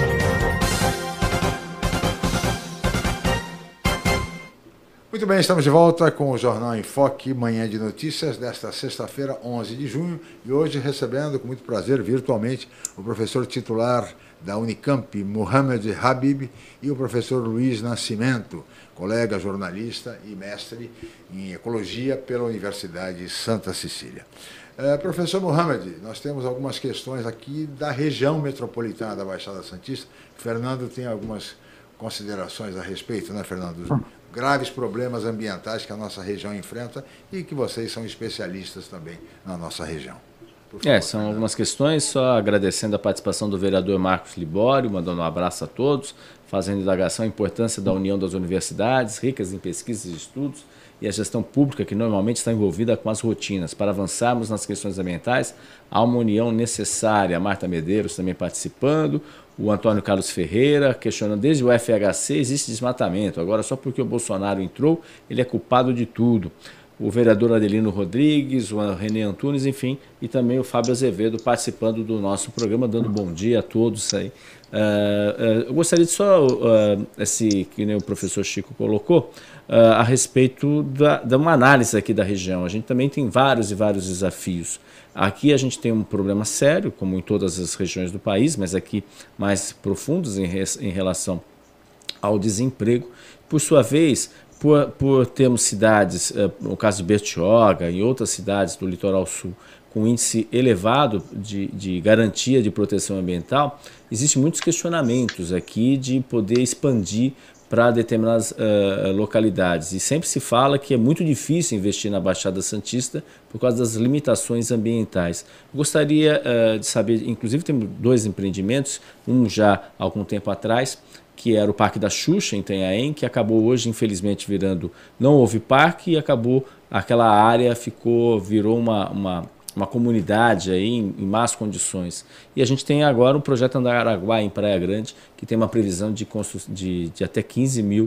Muito bem, estamos de volta com o Jornal em Foque, Manhã de Notícias, desta sexta-feira, onze de junho, e hoje recebendo com muito prazer, virtualmente, o professor titular da Unicamp, Mohamed Habib, e o professor Luiz Nascimento, colega jornalista e mestre em Ecologia pela Universidade Santa Cecília. Uh, professor Mohamed, nós temos algumas questões aqui da região metropolitana da Baixada Santista. Fernando tem algumas considerações a respeito, né, Fernando? Graves problemas ambientais que a nossa região enfrenta e que vocês são especialistas também na nossa região. Favor, é, são Fernando. Algumas questões, só agradecendo a participação do vereador Marcos Libório, mandando um abraço a todos, fazendo indagação a importância da união das universidades, ricas em pesquisas e estudos, e a gestão pública, que normalmente está envolvida com as rotinas. Para avançarmos nas questões ambientais, há uma união necessária. A Marta Medeiros também participando, o Antônio Carlos Ferreira questionando, desde o F H C existe desmatamento, agora só porque o Bolsonaro entrou, ele é culpado de tudo. O vereador Adelino Rodrigues, o René Antunes, enfim, e também o Fábio Azevedo participando do nosso programa, dando bom dia a todos aí. Uh, uh, eu gostaria de só, uh, esse, que nem o professor Chico colocou, uh, a respeito da, da uma análise aqui da região. A gente também tem vários e vários desafios. Aqui a gente tem um problema sério, como em todas as regiões do país, mas aqui mais profundos em, em relação ao desemprego. Por sua vez, por, por termos cidades, uh, no caso de Bertioga e outras cidades do litoral sul, com índice elevado de, de garantia de proteção ambiental, existem muitos questionamentos aqui de poder expandir para determinadas uh, localidades. E sempre se fala que é muito difícil investir na Baixada Santista por causa das limitações ambientais. Gostaria uh, de saber, inclusive temos dois empreendimentos, um já há algum tempo atrás, que era o Parque da Xuxa, em Itanhaém, que acabou hoje, infelizmente, virando... Não houve parque e acabou, aquela área ficou, virou uma... uma uma comunidade aí em, em más condições. E a gente tem agora o projeto Andaraguá, em Praia Grande, que tem uma previsão de, de, de até quinze mil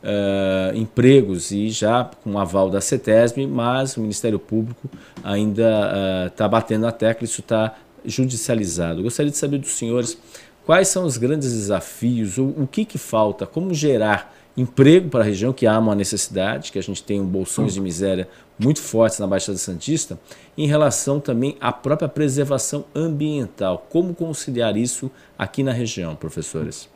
uh, empregos, e já com aval da CETESB, mas o Ministério Público ainda está uh, batendo na tecla, isso está judicializado. Eu gostaria de saber dos senhores quais são os grandes desafios, o, o que, que falta, como gerar emprego para a região, que há uma necessidade, que a gente tem um bolsões de miséria muito fortes na Baixada Santista, em relação também à própria preservação ambiental. Como conciliar isso aqui na região, professores?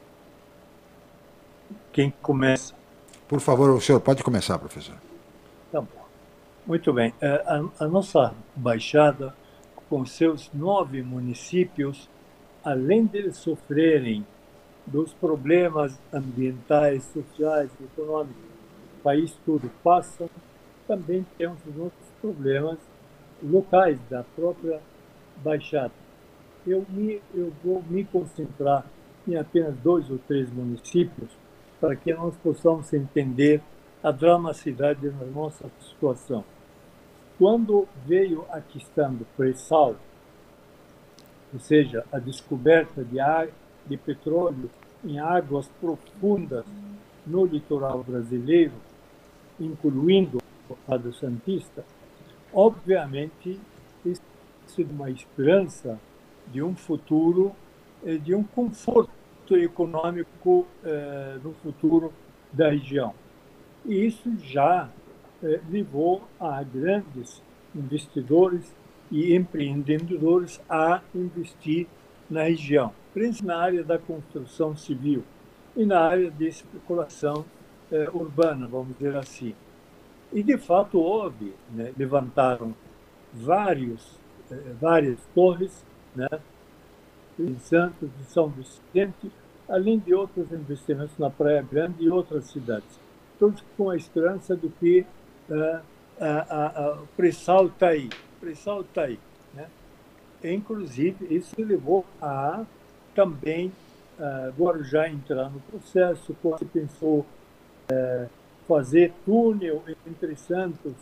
Quem começa? Por favor, o senhor pode começar, professor. Tá bom. Muito bem. A, a nossa Baixada, com seus nove municípios, além de sofrerem dos problemas ambientais, sociais, econômicos, o país todo passa, também temos outros problemas locais da própria Baixada. Eu, me, eu vou me concentrar em apenas dois ou três municípios para que nós possamos entender a dramaticidade da nossa situação. Quando veio a questão do pré-sal, ou seja, a descoberta de, água, de petróleo em águas profundas no litoral brasileiro, incluindo a do Santista, obviamente isso é uma esperança de um futuro, de um conforto econômico eh, no futuro da região. E isso já eh, levou a grandes investidores e empreendedores a investir na região, principalmente na área da construção civil e na área de especulação eh, urbana, vamos dizer assim. E, de fato, houve, né, levantaram vários, eh, várias torres, né, em Santos, em São Vicente, além de outros investimentos na Praia Grande e outras cidades. Todos com a esperança de que uh, a, a, a, o pré-sal está aí. O pré-sal está aí. Né? inclusive, isso levou a também uh, Guarujá entrar no processo, quando se pensou uh, fazer túnel entre Santos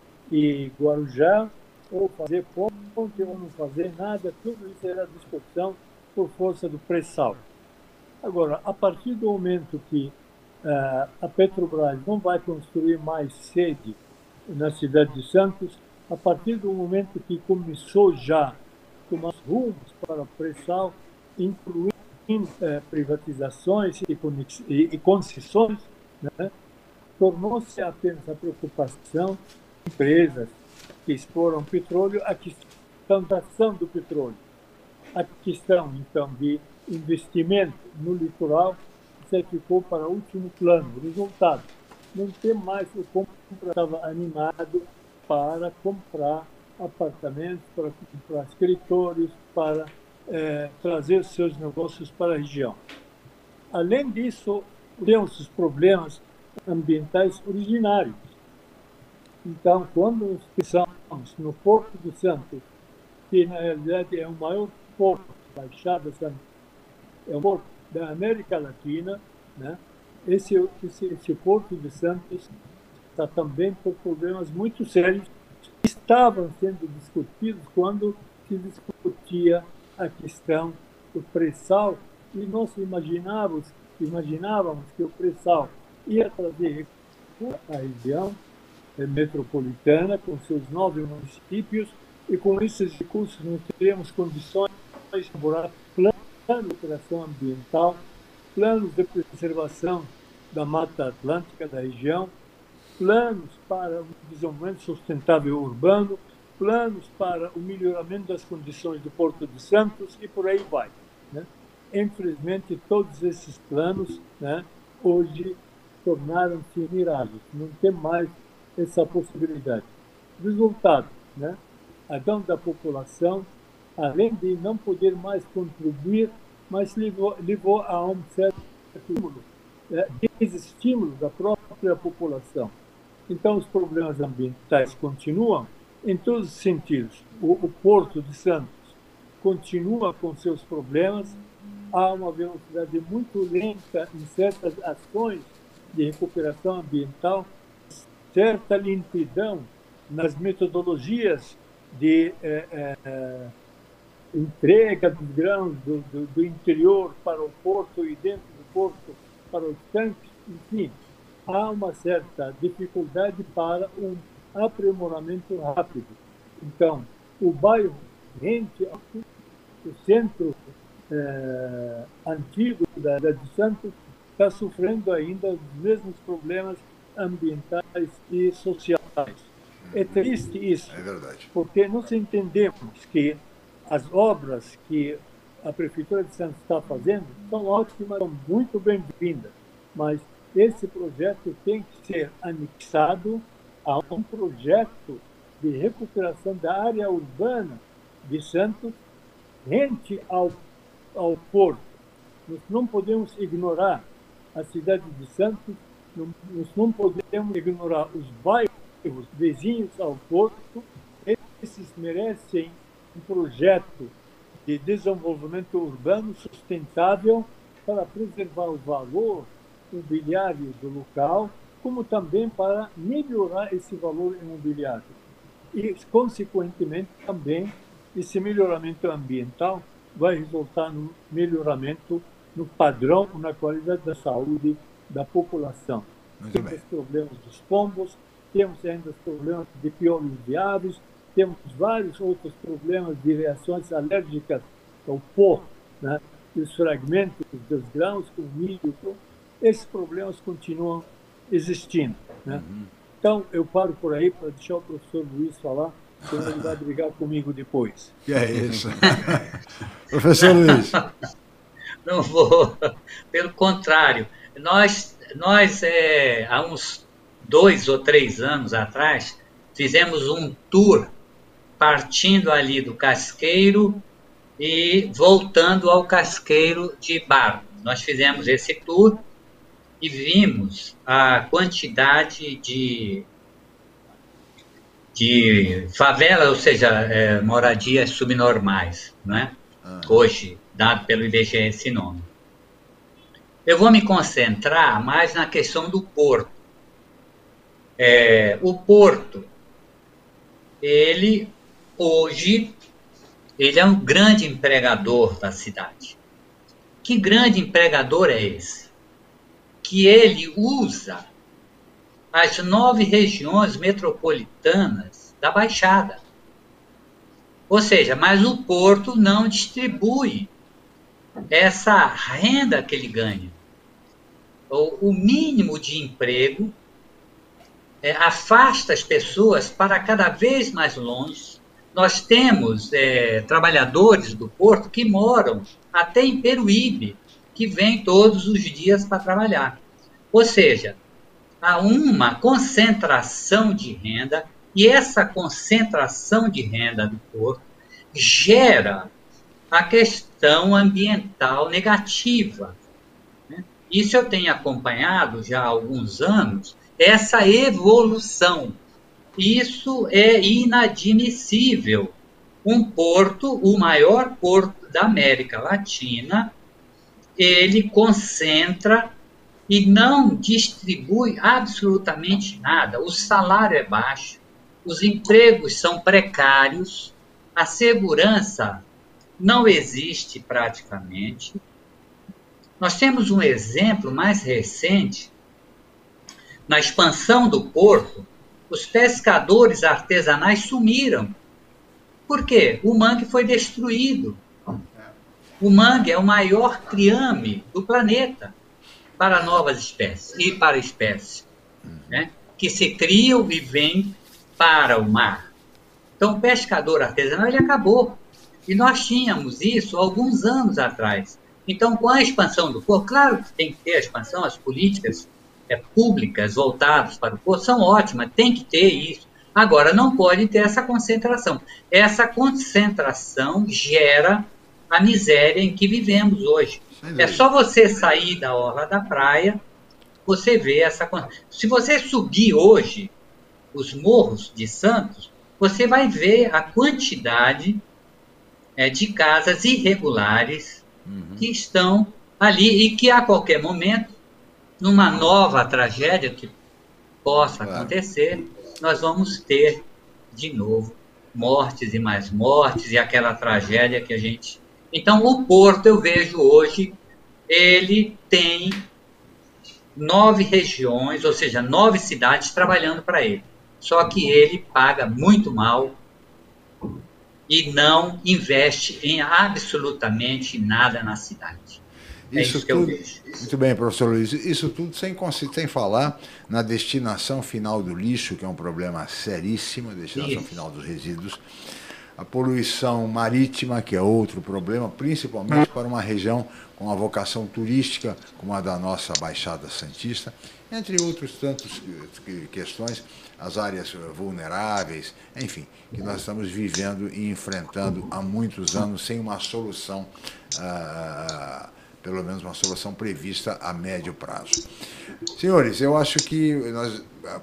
e Guarujá, ou fazer ponte, ou não fazer nada, tudo isso era discussão por força do pré-sal. Agora, a partir do momento que uh, a Petrobras não vai construir mais sede na cidade de Santos, a partir do momento que começou já a tomar rumos para o pré-sal, incluindo uh, privatizações e, e, e concessões, né, tornou-se apenas a preocupação de empresas que exploram petróleo, a questão da ação do petróleo, a questão, então, de investimento no litoral, isso ficou para o último plano. O resultado, não tem mais o comprador estava animado para comprar apartamentos, para comprar escritórios, para eh, trazer seus negócios para a região. Além disso, temos os problemas ambientais originários. Então, quando nós pensamos no Porto de Santos, que na realidade é o maior porto da Baixada Santista, é o porto da América Latina, né? esse, esse, esse Porto de Santos está também por problemas muito sérios que estavam sendo discutidos quando se discutia a questão do pré-sal, e nós imaginávamos, imaginávamos que o pré-sal ia trazer recursos à região metropolitana, com seus nove municípios, e com esses recursos nós teremos condições de elaborar planos de recuperação ambiental, planos de preservação da Mata Atlântica da região, planos para o desenvolvimento sustentável urbano, planos para o melhoramento das condições do Porto de Santos e por aí vai, né? Infelizmente, todos esses planos, né, hoje tornaram-se miráveis, não tem mais essa possibilidade. Resultado, né, a dão da população, além de não poder mais contribuir, mas levou, levou a um certo estímulo, é, desestímulo da própria população. Então, os problemas ambientais continuam em todos os sentidos. O, o Porto de Santos continua com seus problemas, há uma velocidade muito lenta em certas ações de recuperação ambiental, certa lentidão nas metodologias de eh, eh, entrega dos grãos do, do, do interior para o porto e dentro do porto para os tanques, enfim, há uma certa dificuldade para um aprimoramento rápido. Então, o bairro rente, o centro eh, antigo da cidade de Santos, está sofrendo ainda os mesmos problemas ambientais e sociais. É triste isso, é verdade, porque nós entendemos que as obras que a Prefeitura de Santos está fazendo são ótimas, são muito bem-vindas, mas esse projeto tem que ser anexado a um projeto de recuperação da área urbana de Santos rente ao, ao porto. Nós não podemos ignorar a cidade de Santos, não, nós não podemos ignorar os bairros vizinhos ao porto. Esses merecem um projeto de desenvolvimento urbano sustentável para preservar o valor imobiliário do local, como também para melhorar esse valor imobiliário. E, consequentemente, também esse melhoramento ambiental vai resultar no melhoramento no padrão, na qualidade da saúde da população. Muito temos bem. os problemas dos pombos, temos ainda os problemas de piolhos de aves, temos vários outros problemas de reações alérgicas ao pó, né? E os fragmentos dos grãos, com milho, esses problemas continuam existindo, né? Uhum. Então, eu paro por aí para deixar o professor Luiz falar, senão ele vai brigar comigo depois. Que é isso? Professor Luiz. Não vou, pelo contrário. Nós, nós é, há uns dois ou três anos atrás, fizemos um tour partindo ali do Casqueiro e voltando ao Casqueiro de Barro. Nós fizemos esse tour e vimos a quantidade de de favela, ou seja, é, moradias subnormais, não é? Ah. Hoje, dado pelo I B G E esse nome. Eu vou me concentrar mais na questão do porto. É, o porto, ele, hoje, ele é um grande empregador da cidade. Que grande empregador é esse? Que ele usa as nove regiões metropolitanas da Baixada. Ou seja, mas o porto não distribui essa renda que ele ganha. O, o mínimo de emprego é, afasta as pessoas para cada vez mais longe. Nós temos é, trabalhadores do porto que moram até em Peruíbe, que vêm todos os dias para trabalhar. Ou seja, há uma concentração de renda, e essa concentração de renda do porto gera a questão ambiental negativa. Né? Isso eu tenho acompanhado já há alguns anos, essa evolução. Isso é inadmissível. Um porto, o maior porto da América Latina, ele concentra e não distribui absolutamente nada. O salário é baixo, os empregos são precários, a segurança não existe praticamente. Nós temos um exemplo mais recente. Na expansão do porto, os pescadores artesanais sumiram. Por quê? O mangue foi destruído. O mangue é o maior triame do planeta para novas espécies e para espécies, né, que se criam e vêm para o mar. Então, o pescador artesanal ele acabou. E nós tínhamos isso há alguns anos atrás. Então, com a expansão do porto, claro que tem que ter a expansão, as políticas é, públicas voltadas para o porto são ótimas, tem que ter isso. Agora, não pode ter essa concentração. Essa concentração gera a miséria em que vivemos hoje. É só você sair da orla da praia, você vê essa... Se você subir hoje os morros de Santos, você vai ver a quantidade é, de casas irregulares uhum. que estão ali e que a qualquer momento, numa nova tragédia que possa claro. acontecer, nós vamos ter de novo mortes e mais mortes e aquela tragédia que a gente... Então, o porto, eu vejo hoje, ele tem nove regiões, ou seja, nove cidades trabalhando para ele. Só que ele paga muito mal e não investe em absolutamente nada na cidade. É isso, isso que tudo, eu vejo. Muito bem, professor Luiz. Isso tudo sem, sem falar na destinação final do lixo, que é um problema seríssimo, a destinação isso. final dos resíduos. A poluição marítima, que é outro problema, principalmente para uma região com uma vocação turística, como a da nossa Baixada Santista, entre outros tantos questões, as áreas vulneráveis, enfim, que nós estamos vivendo e enfrentando há muitos anos sem uma solução, ah, pelo menos uma solução prevista a médio prazo. Senhores, eu acho que nós,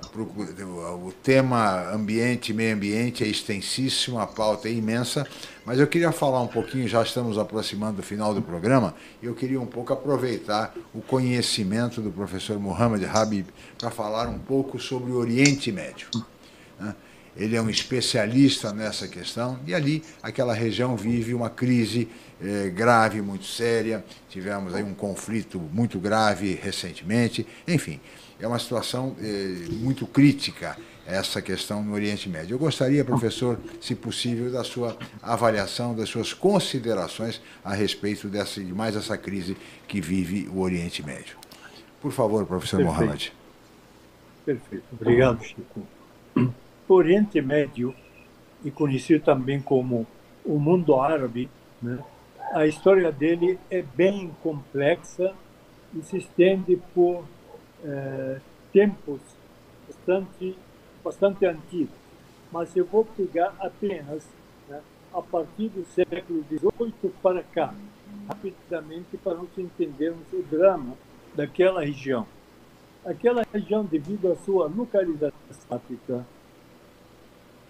o tema ambiente e meio ambiente é extensíssimo, a pauta é imensa, mas eu queria falar um pouquinho, já estamos aproximando do final do programa, e eu queria um pouco aproveitar o conhecimento do professor Mohamed Habib para falar um pouco sobre o Oriente Médio. Né? Ele é um especialista nessa questão, e ali aquela região vive uma crise eh, grave, muito séria, tivemos aí um conflito muito grave recentemente, enfim, é uma situação eh, muito crítica essa questão no Oriente Médio. Eu gostaria, professor, se possível, da sua avaliação, das suas considerações a respeito dessa, de mais essa crise que vive o Oriente Médio. Por favor, professor Perfeito. Mohamed. Perfeito. Obrigado, Chico. O Oriente Médio, e conhecido também como o mundo árabe, né, a história dele é bem complexa e se estende por eh, tempos bastante, bastante antigos. Mas eu vou pegar apenas, né, a partir do século dezoito para cá, rapidamente, para nós entendermos o drama daquela região. Aquela região, devido à sua localização geográfica,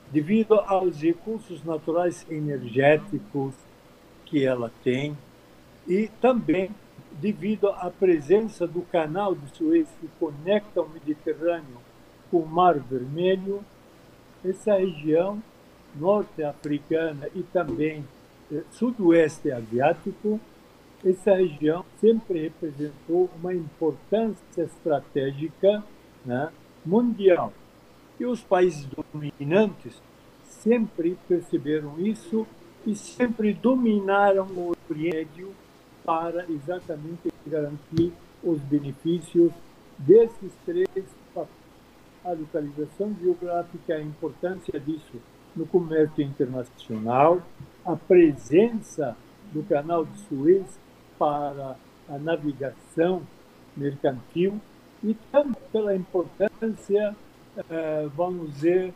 devido aos recursos naturais energéticos que ela tem e também devido à presença do canal de Suez que conecta o Mediterrâneo com o Mar Vermelho. Essa região norte-africana e também eh, sudoeste asiático, essa região sempre representou uma importância estratégica, né, mundial. E os países dominantes sempre perceberam isso e sempre dominaram o Oriente Médio para exatamente garantir os benefícios desses três fatores. A localização geográfica, a importância disso no comércio internacional, a presença do canal de Suez para a navegação mercantil e também pela importância, eh, vamos dizer,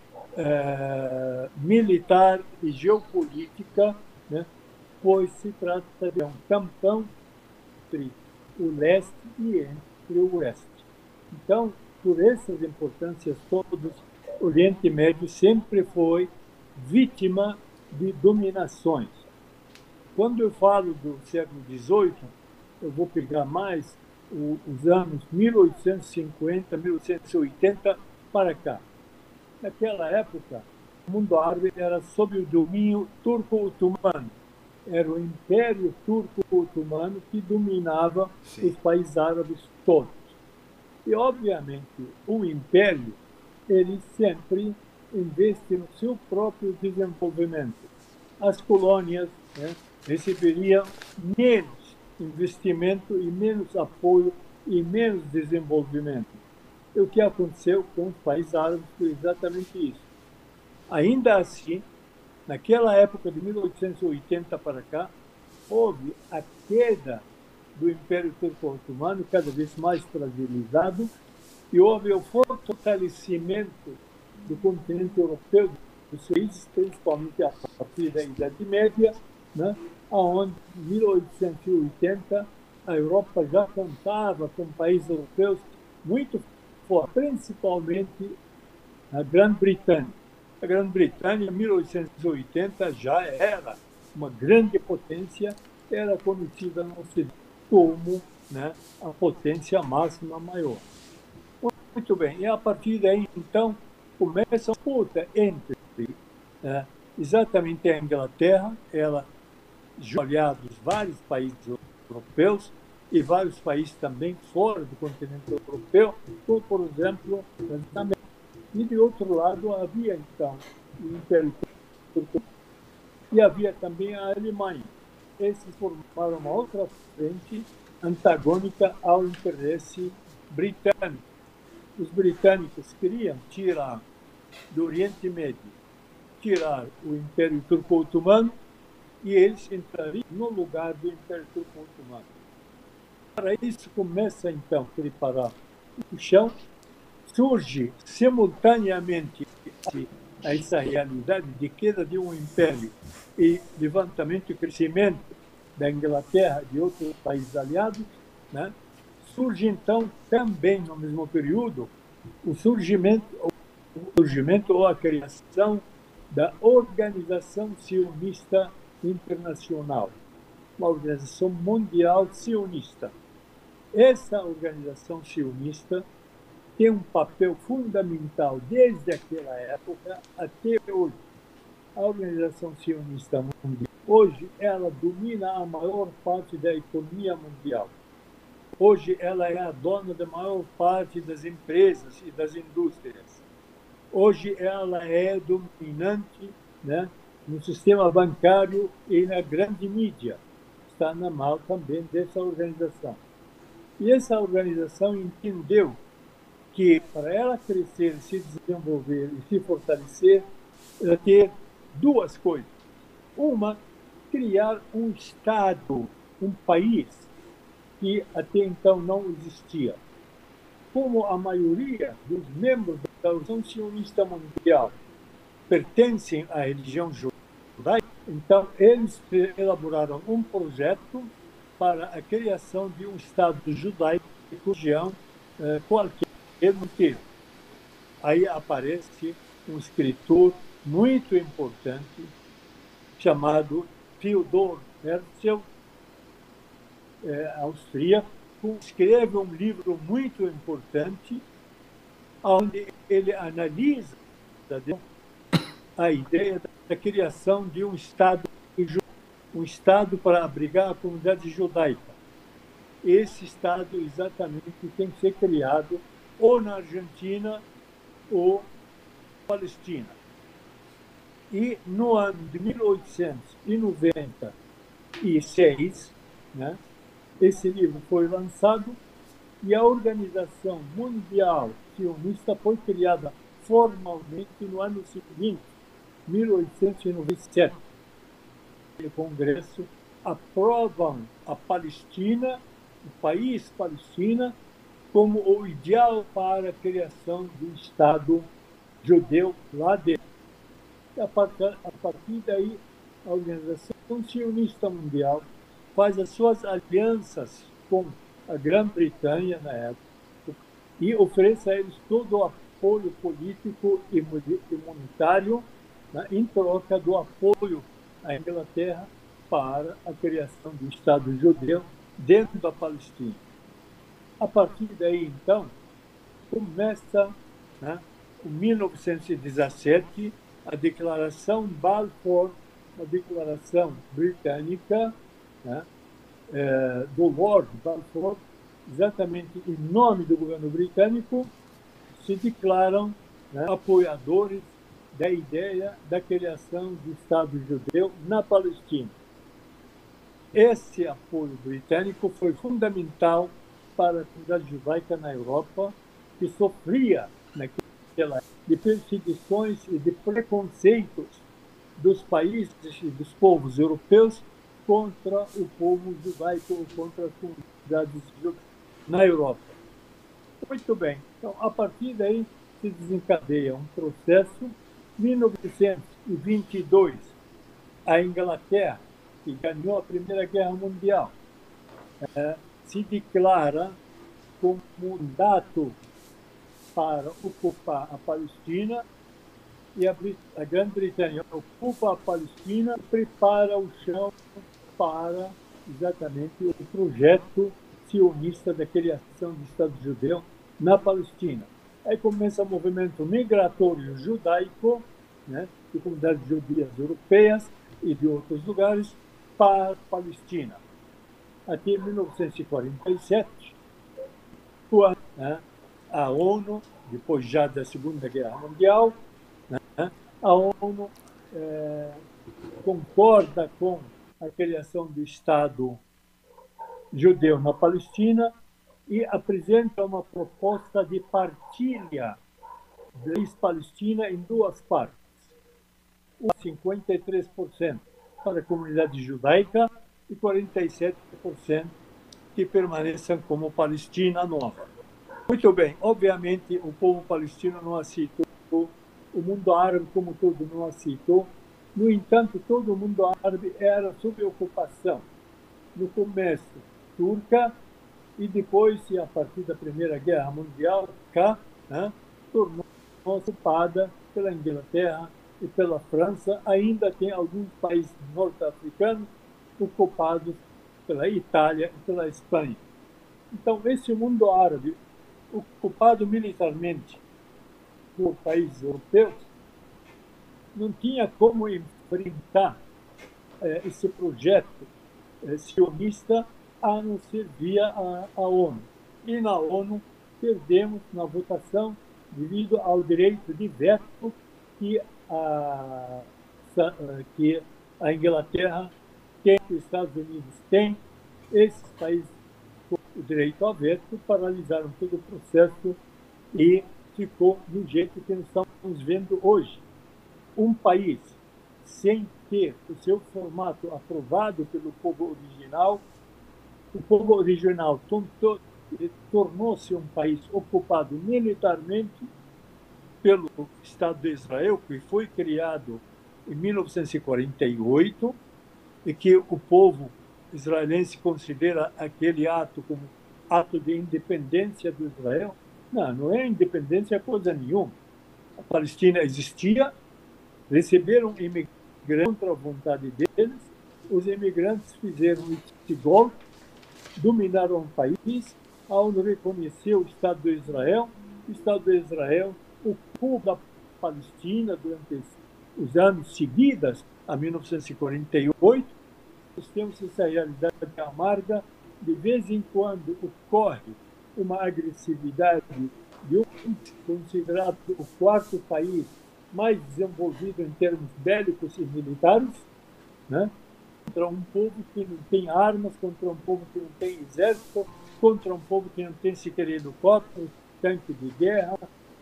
eh, militar e geopolítica, né? Pois se trata de um tampão entre o leste e entre o oeste. Então, por essas importâncias todas, o Oriente Médio sempre foi vítima de dominações. Quando eu falo do século dezoito, eu vou pegar mais os anos mil oitocentos e cinquenta, mil oitocentos e oitenta para cá. Naquela época, o mundo árabe era sob o domínio turco-otomano. Era o Império Turco-Otomano que dominava Sim. os países árabes todos. E, obviamente, o Império, ele sempre investe no seu próprio desenvolvimento. As colônias, né, receberiam menos investimento e menos apoio e menos desenvolvimento. E o que aconteceu com os países árabes foi exatamente isso. Ainda assim, naquela época de mil oitocentos e oitenta para cá, houve a queda do Império Turco-Otomano, cada vez mais fragilizado, e houve o fortalecimento do continente europeu, dos países, principalmente a partir da Idade Média, né, onde, em mil oitocentos e oitenta, a Europa já contava com países europeus muito fortes, principalmente a Grã-Bretanha. A Grã-Bretanha, em mil oitocentos e oitenta, já era uma grande potência, era conhecida no Ocidente como, né, a potência máxima maior. Muito bem, e a partir daí, então, começa a disputa entre é, exatamente a Inglaterra, ela aliados vários países europeus e vários países também fora do continente europeu, como, por exemplo, a América. E, de outro lado, havia, então, o Império Turco e havia também a Alemanha. Esses formaram uma outra frente antagônica ao interesse britânico. Os britânicos queriam tirar do Oriente Médio, tirar o Império Turco-Otomano e eles entrariam no lugar do Império Turco-Otomano. Para isso, começa, então, a preparar o chão. Surge simultaneamente a essa realidade de queda de um império e levantamento e crescimento da Inglaterra e de outros países aliados, né? Surge então também no mesmo período o surgimento, o surgimento ou a criação da Organização Sionista Internacional, uma organização mundial sionista. Essa organização sionista tem um papel fundamental desde aquela época até hoje. A Organização Sionista Mundial, hoje, ela domina a maior parte da economia mundial. Hoje, ela é a dona da maior parte das empresas e das indústrias. Hoje, ela é dominante, né, no sistema bancário e na grande mídia. Está na mão também dessa organização. E essa organização entendeu que para ela crescer, se desenvolver e se fortalecer, ela ter duas coisas. Uma, criar um Estado, um país que até então não existia. Como a maioria dos membros da Organização Sionista Mundial pertencem à religião judaica, então eles elaboraram um projeto para a criação de um Estado judaico de região eh, qualquer no inteiro. Aí aparece um escritor muito importante chamado Theodor Herzl, é, austríaco, escreve um livro muito importante onde ele analisa a ideia da criação de um Estado, um Estado para abrigar a comunidade judaica. Esse Estado exatamente tem que ser criado ou na Argentina ou na Palestina. E no ano de mil oitocentos e noventa e seis, né, esse livro foi lançado e a Organização Mundial Sionista foi criada formalmente no ano seguinte, mil oitocentos e noventa e sete. O Congresso aprovam a Palestina, o país Palestina, como o ideal para a criação do Estado judeu lá dentro. E a partir daí, a Organização Sionista Mundial faz as suas alianças com a Grã-Bretanha na época e oferece a eles todo o apoio político e monetário, né, em troca do apoio à Inglaterra para a criação do Estado judeu dentro da Palestina. A partir daí, então, começa, né, em mil novecentos e dezessete, a Declaração Balfour, a Declaração Britânica, né, é, do Lord Balfour, exatamente em nome do governo britânico, se declaram, né, apoiadores da ideia da criação do Estado judeu na Palestina. Esse apoio britânico foi fundamental para a comunidade judaica na Europa, que sofria naquela época de perseguições e de preconceitos dos países e dos povos europeus contra o povo judaico ou contra as comunidades judaicas na Europa. Muito bem. Então, a partir daí, se desencadeia um processo. Em mil novecentos e vinte e dois, a Inglaterra, que ganhou a Primeira Guerra Mundial, é, se declara com mandato para ocupar a Palestina e a, a Grã-Bretanha ocupa a Palestina e prepara o chão para exatamente o projeto sionista da criação do Estado judeu na Palestina. Aí começa o movimento migratório judaico, né, de comunidades judias europeias e de outros lugares para a Palestina. Até mil novecentos e quarenta e sete, quando, né, a ONU, depois já da Segunda Guerra Mundial, né, a ONU é, concorda com a criação do Estado judeu na Palestina e apresenta uma proposta de partilha da Palestina em duas partes. cinquenta e três por cento para a comunidade judaica e quarenta e sete por cento que permaneçam como Palestina nova. Muito bem, obviamente o povo palestino não aceitou, o mundo árabe como todo não aceitou. No entanto, todo o mundo árabe era sob ocupação. No começo, turca, e depois, a partir da Primeira Guerra Mundial, cá, né, tornou-se ocupada pela Inglaterra e pela França. Ainda tem alguns países norte-africanos ocupados pela Itália e pela Espanha. Então, esse mundo árabe, ocupado militarmente por países europeus, não tinha como enfrentar eh, esse projeto eh, sionista a não ser via a, a ONU. E na ONU perdemos na votação devido ao direito de veto que a, que a Inglaterra tem, que os Estados Unidos têm. Esses países com o direito a veto paralisaram todo o processo e ficou do jeito que nós estamos vendo hoje. Um país sem ter o seu formato aprovado pelo povo original, o povo original tornou-se um país ocupado militarmente pelo Estado de Israel, que foi criado em mil novecentos e quarenta e oito, e que o povo israelense considera aquele ato como ato de independência do Israel. Não, não é independência coisa nenhuma. A Palestina existia receberam imigrantes contra a vontade deles, os imigrantes fizeram esse golpe, dominaram o país, a ONU reconheceu o Estado de Israel, o Estado de Israel, o povo da Palestina durante os anos seguidos a mil novecentos e quarenta e oito. Nós temos essa realidade amarga, de vez em quando ocorre uma agressividade de um considerado o quarto país mais desenvolvido em termos bélicos e militares, né? Contra um povo que não tem armas, contra um povo que não tem exército, contra um povo que não tem sequer helicóptero, tanque de guerra,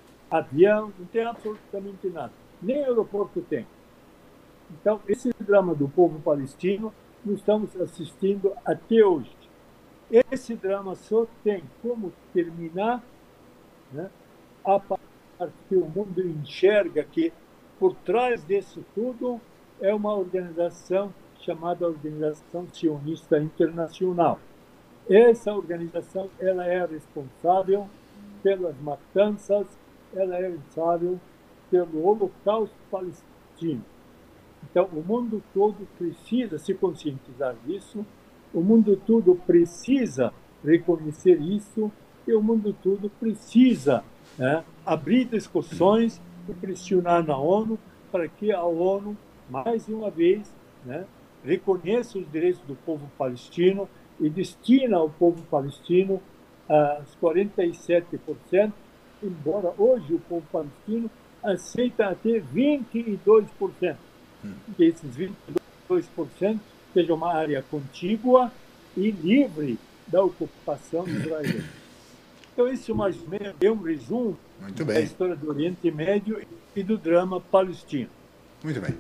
avião, não tem absolutamente nada. Nem aeroporto tem. Então, esse drama do povo palestino nós estamos assistindo até hoje. Esse drama só tem como terminar, né, a partir que o mundo enxerga que por trás disso tudo é uma organização chamada Organização Sionista Internacional. Essa organização ela é responsável pelas matanças, ela é responsável pelo Holocausto palestino. Então, o mundo todo precisa se conscientizar disso, o mundo todo precisa reconhecer isso e o mundo todo precisa, né, abrir discussões e pressionar na ONU para que a ONU, mais uma vez, né, reconheça os direitos do povo palestino e destina ao povo palestino uh, os quarenta e sete por cento, embora hoje o povo palestino aceita até vinte e dois por cento. Que esses vinte e dois por cento seja uma área contígua e livre da ocupação israelense. Então, isso mais ou menos é um resumo Muito bem. da história do Oriente Médio e do drama palestino. Muito bem.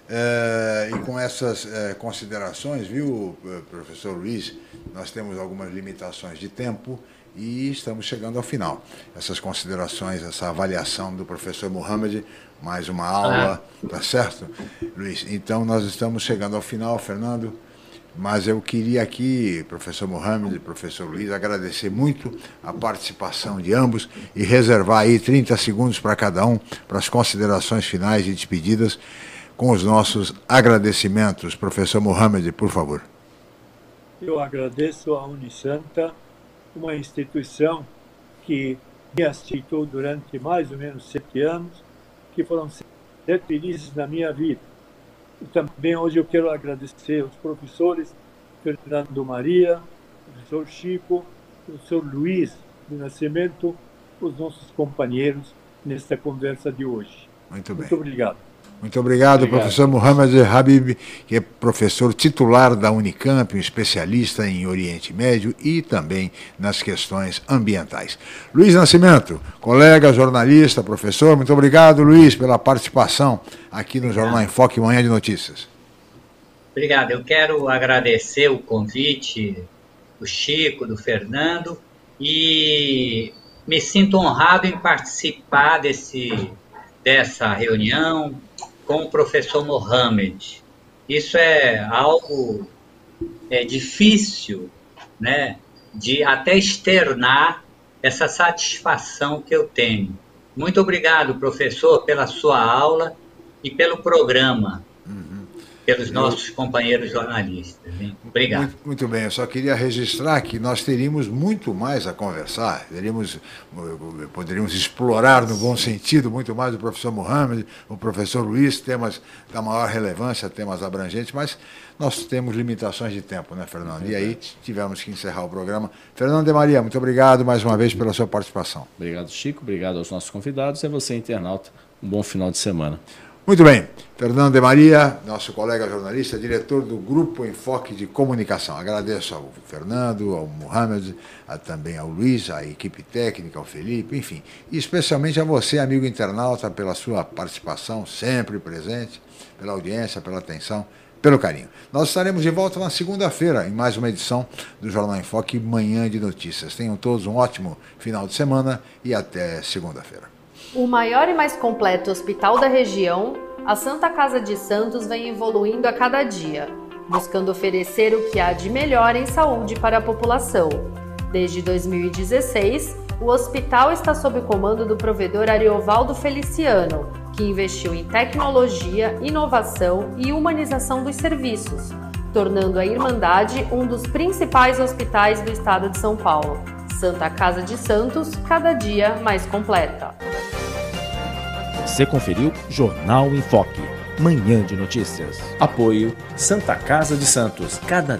É, e com essas é, considerações, viu, professor Luiz, nós temos algumas limitações de tempo e estamos chegando ao final. Essas considerações, essa avaliação do professor Mohamed, mais uma aula, ah. tá certo, Luiz? Então, nós estamos chegando ao final, Fernando, mas eu queria aqui, professor Mohamed e professor Luiz, agradecer muito a participação de ambos e reservar aí trinta segundos para cada um, para as considerações finais e despedidas, com os nossos agradecimentos. Professor Mohamed, por favor. Eu agradeço à Unisanta, uma instituição que me aceitou durante mais ou menos sete anos, que foram sete felizes na minha vida. E também hoje eu quero agradecer aos professores Fernando Maria, professor Chico, professor Luiz do Nascimento, os nossos companheiros nesta conversa de hoje. Muito bem. Muito obrigado. Muito obrigado, obrigado, professor Mohamed Habib, que é professor titular da Unicamp, um especialista em Oriente Médio e também nas questões ambientais. Luiz Nascimento, colega, jornalista, professor, muito obrigado, Luiz, pela participação aqui no Jornal em Foque Manhã de Notícias. Obrigado. Eu quero agradecer o convite do Chico, do Fernando, e me sinto honrado em participar desse, dessa reunião com o professor Mohamed. Isso é algo é, difícil, né, de até externar essa satisfação que eu tenho. Muito obrigado, professor, pela sua aula e pelo programa, uhum. pelos nossos eu... companheiros jornalistas. Hein? Obrigado. Muito, muito bem, eu só queria registrar que nós teríamos muito mais a conversar, teríamos, poderíamos explorar no bom sentido muito mais o professor Mohamed, o professor Luiz, temas da maior relevância, temas abrangentes, mas nós temos limitações de tempo, né, Fernando? E aí tivemos que encerrar o programa. Fernando de Maria, muito obrigado mais uma vez pela sua participação. Obrigado, Chico, obrigado aos nossos convidados e a você, internauta, um bom final de semana. Muito bem, Fernando de Maria, nosso colega jornalista, diretor do Grupo Enfoque de Comunicação. Agradeço ao Fernando, ao Mohamed, a, também ao Luiz, à equipe técnica, ao Felipe, enfim. E especialmente a você, amigo internauta, pela sua participação sempre presente, pela audiência, pela atenção, pelo carinho. Nós estaremos de volta na segunda-feira em mais uma edição do Jornal em Foque Manhã de Notícias. Tenham todos um ótimo final de semana e até segunda-feira. O maior e mais completo hospital da região, a Santa Casa de Santos vem evoluindo a cada dia, buscando oferecer o que há de melhor em saúde para a população. Desde dois mil e dezesseis, o hospital está sob o comando do provedor Ariovaldo Feliciano, que investiu em tecnologia, inovação e humanização dos serviços, tornando a Irmandade um dos principais hospitais do estado de São Paulo. Santa Casa de Santos, cada dia mais completa. Você conferiu Jornal em Foque, Manhã de Notícias. Apoio Santa Casa de Santos, cada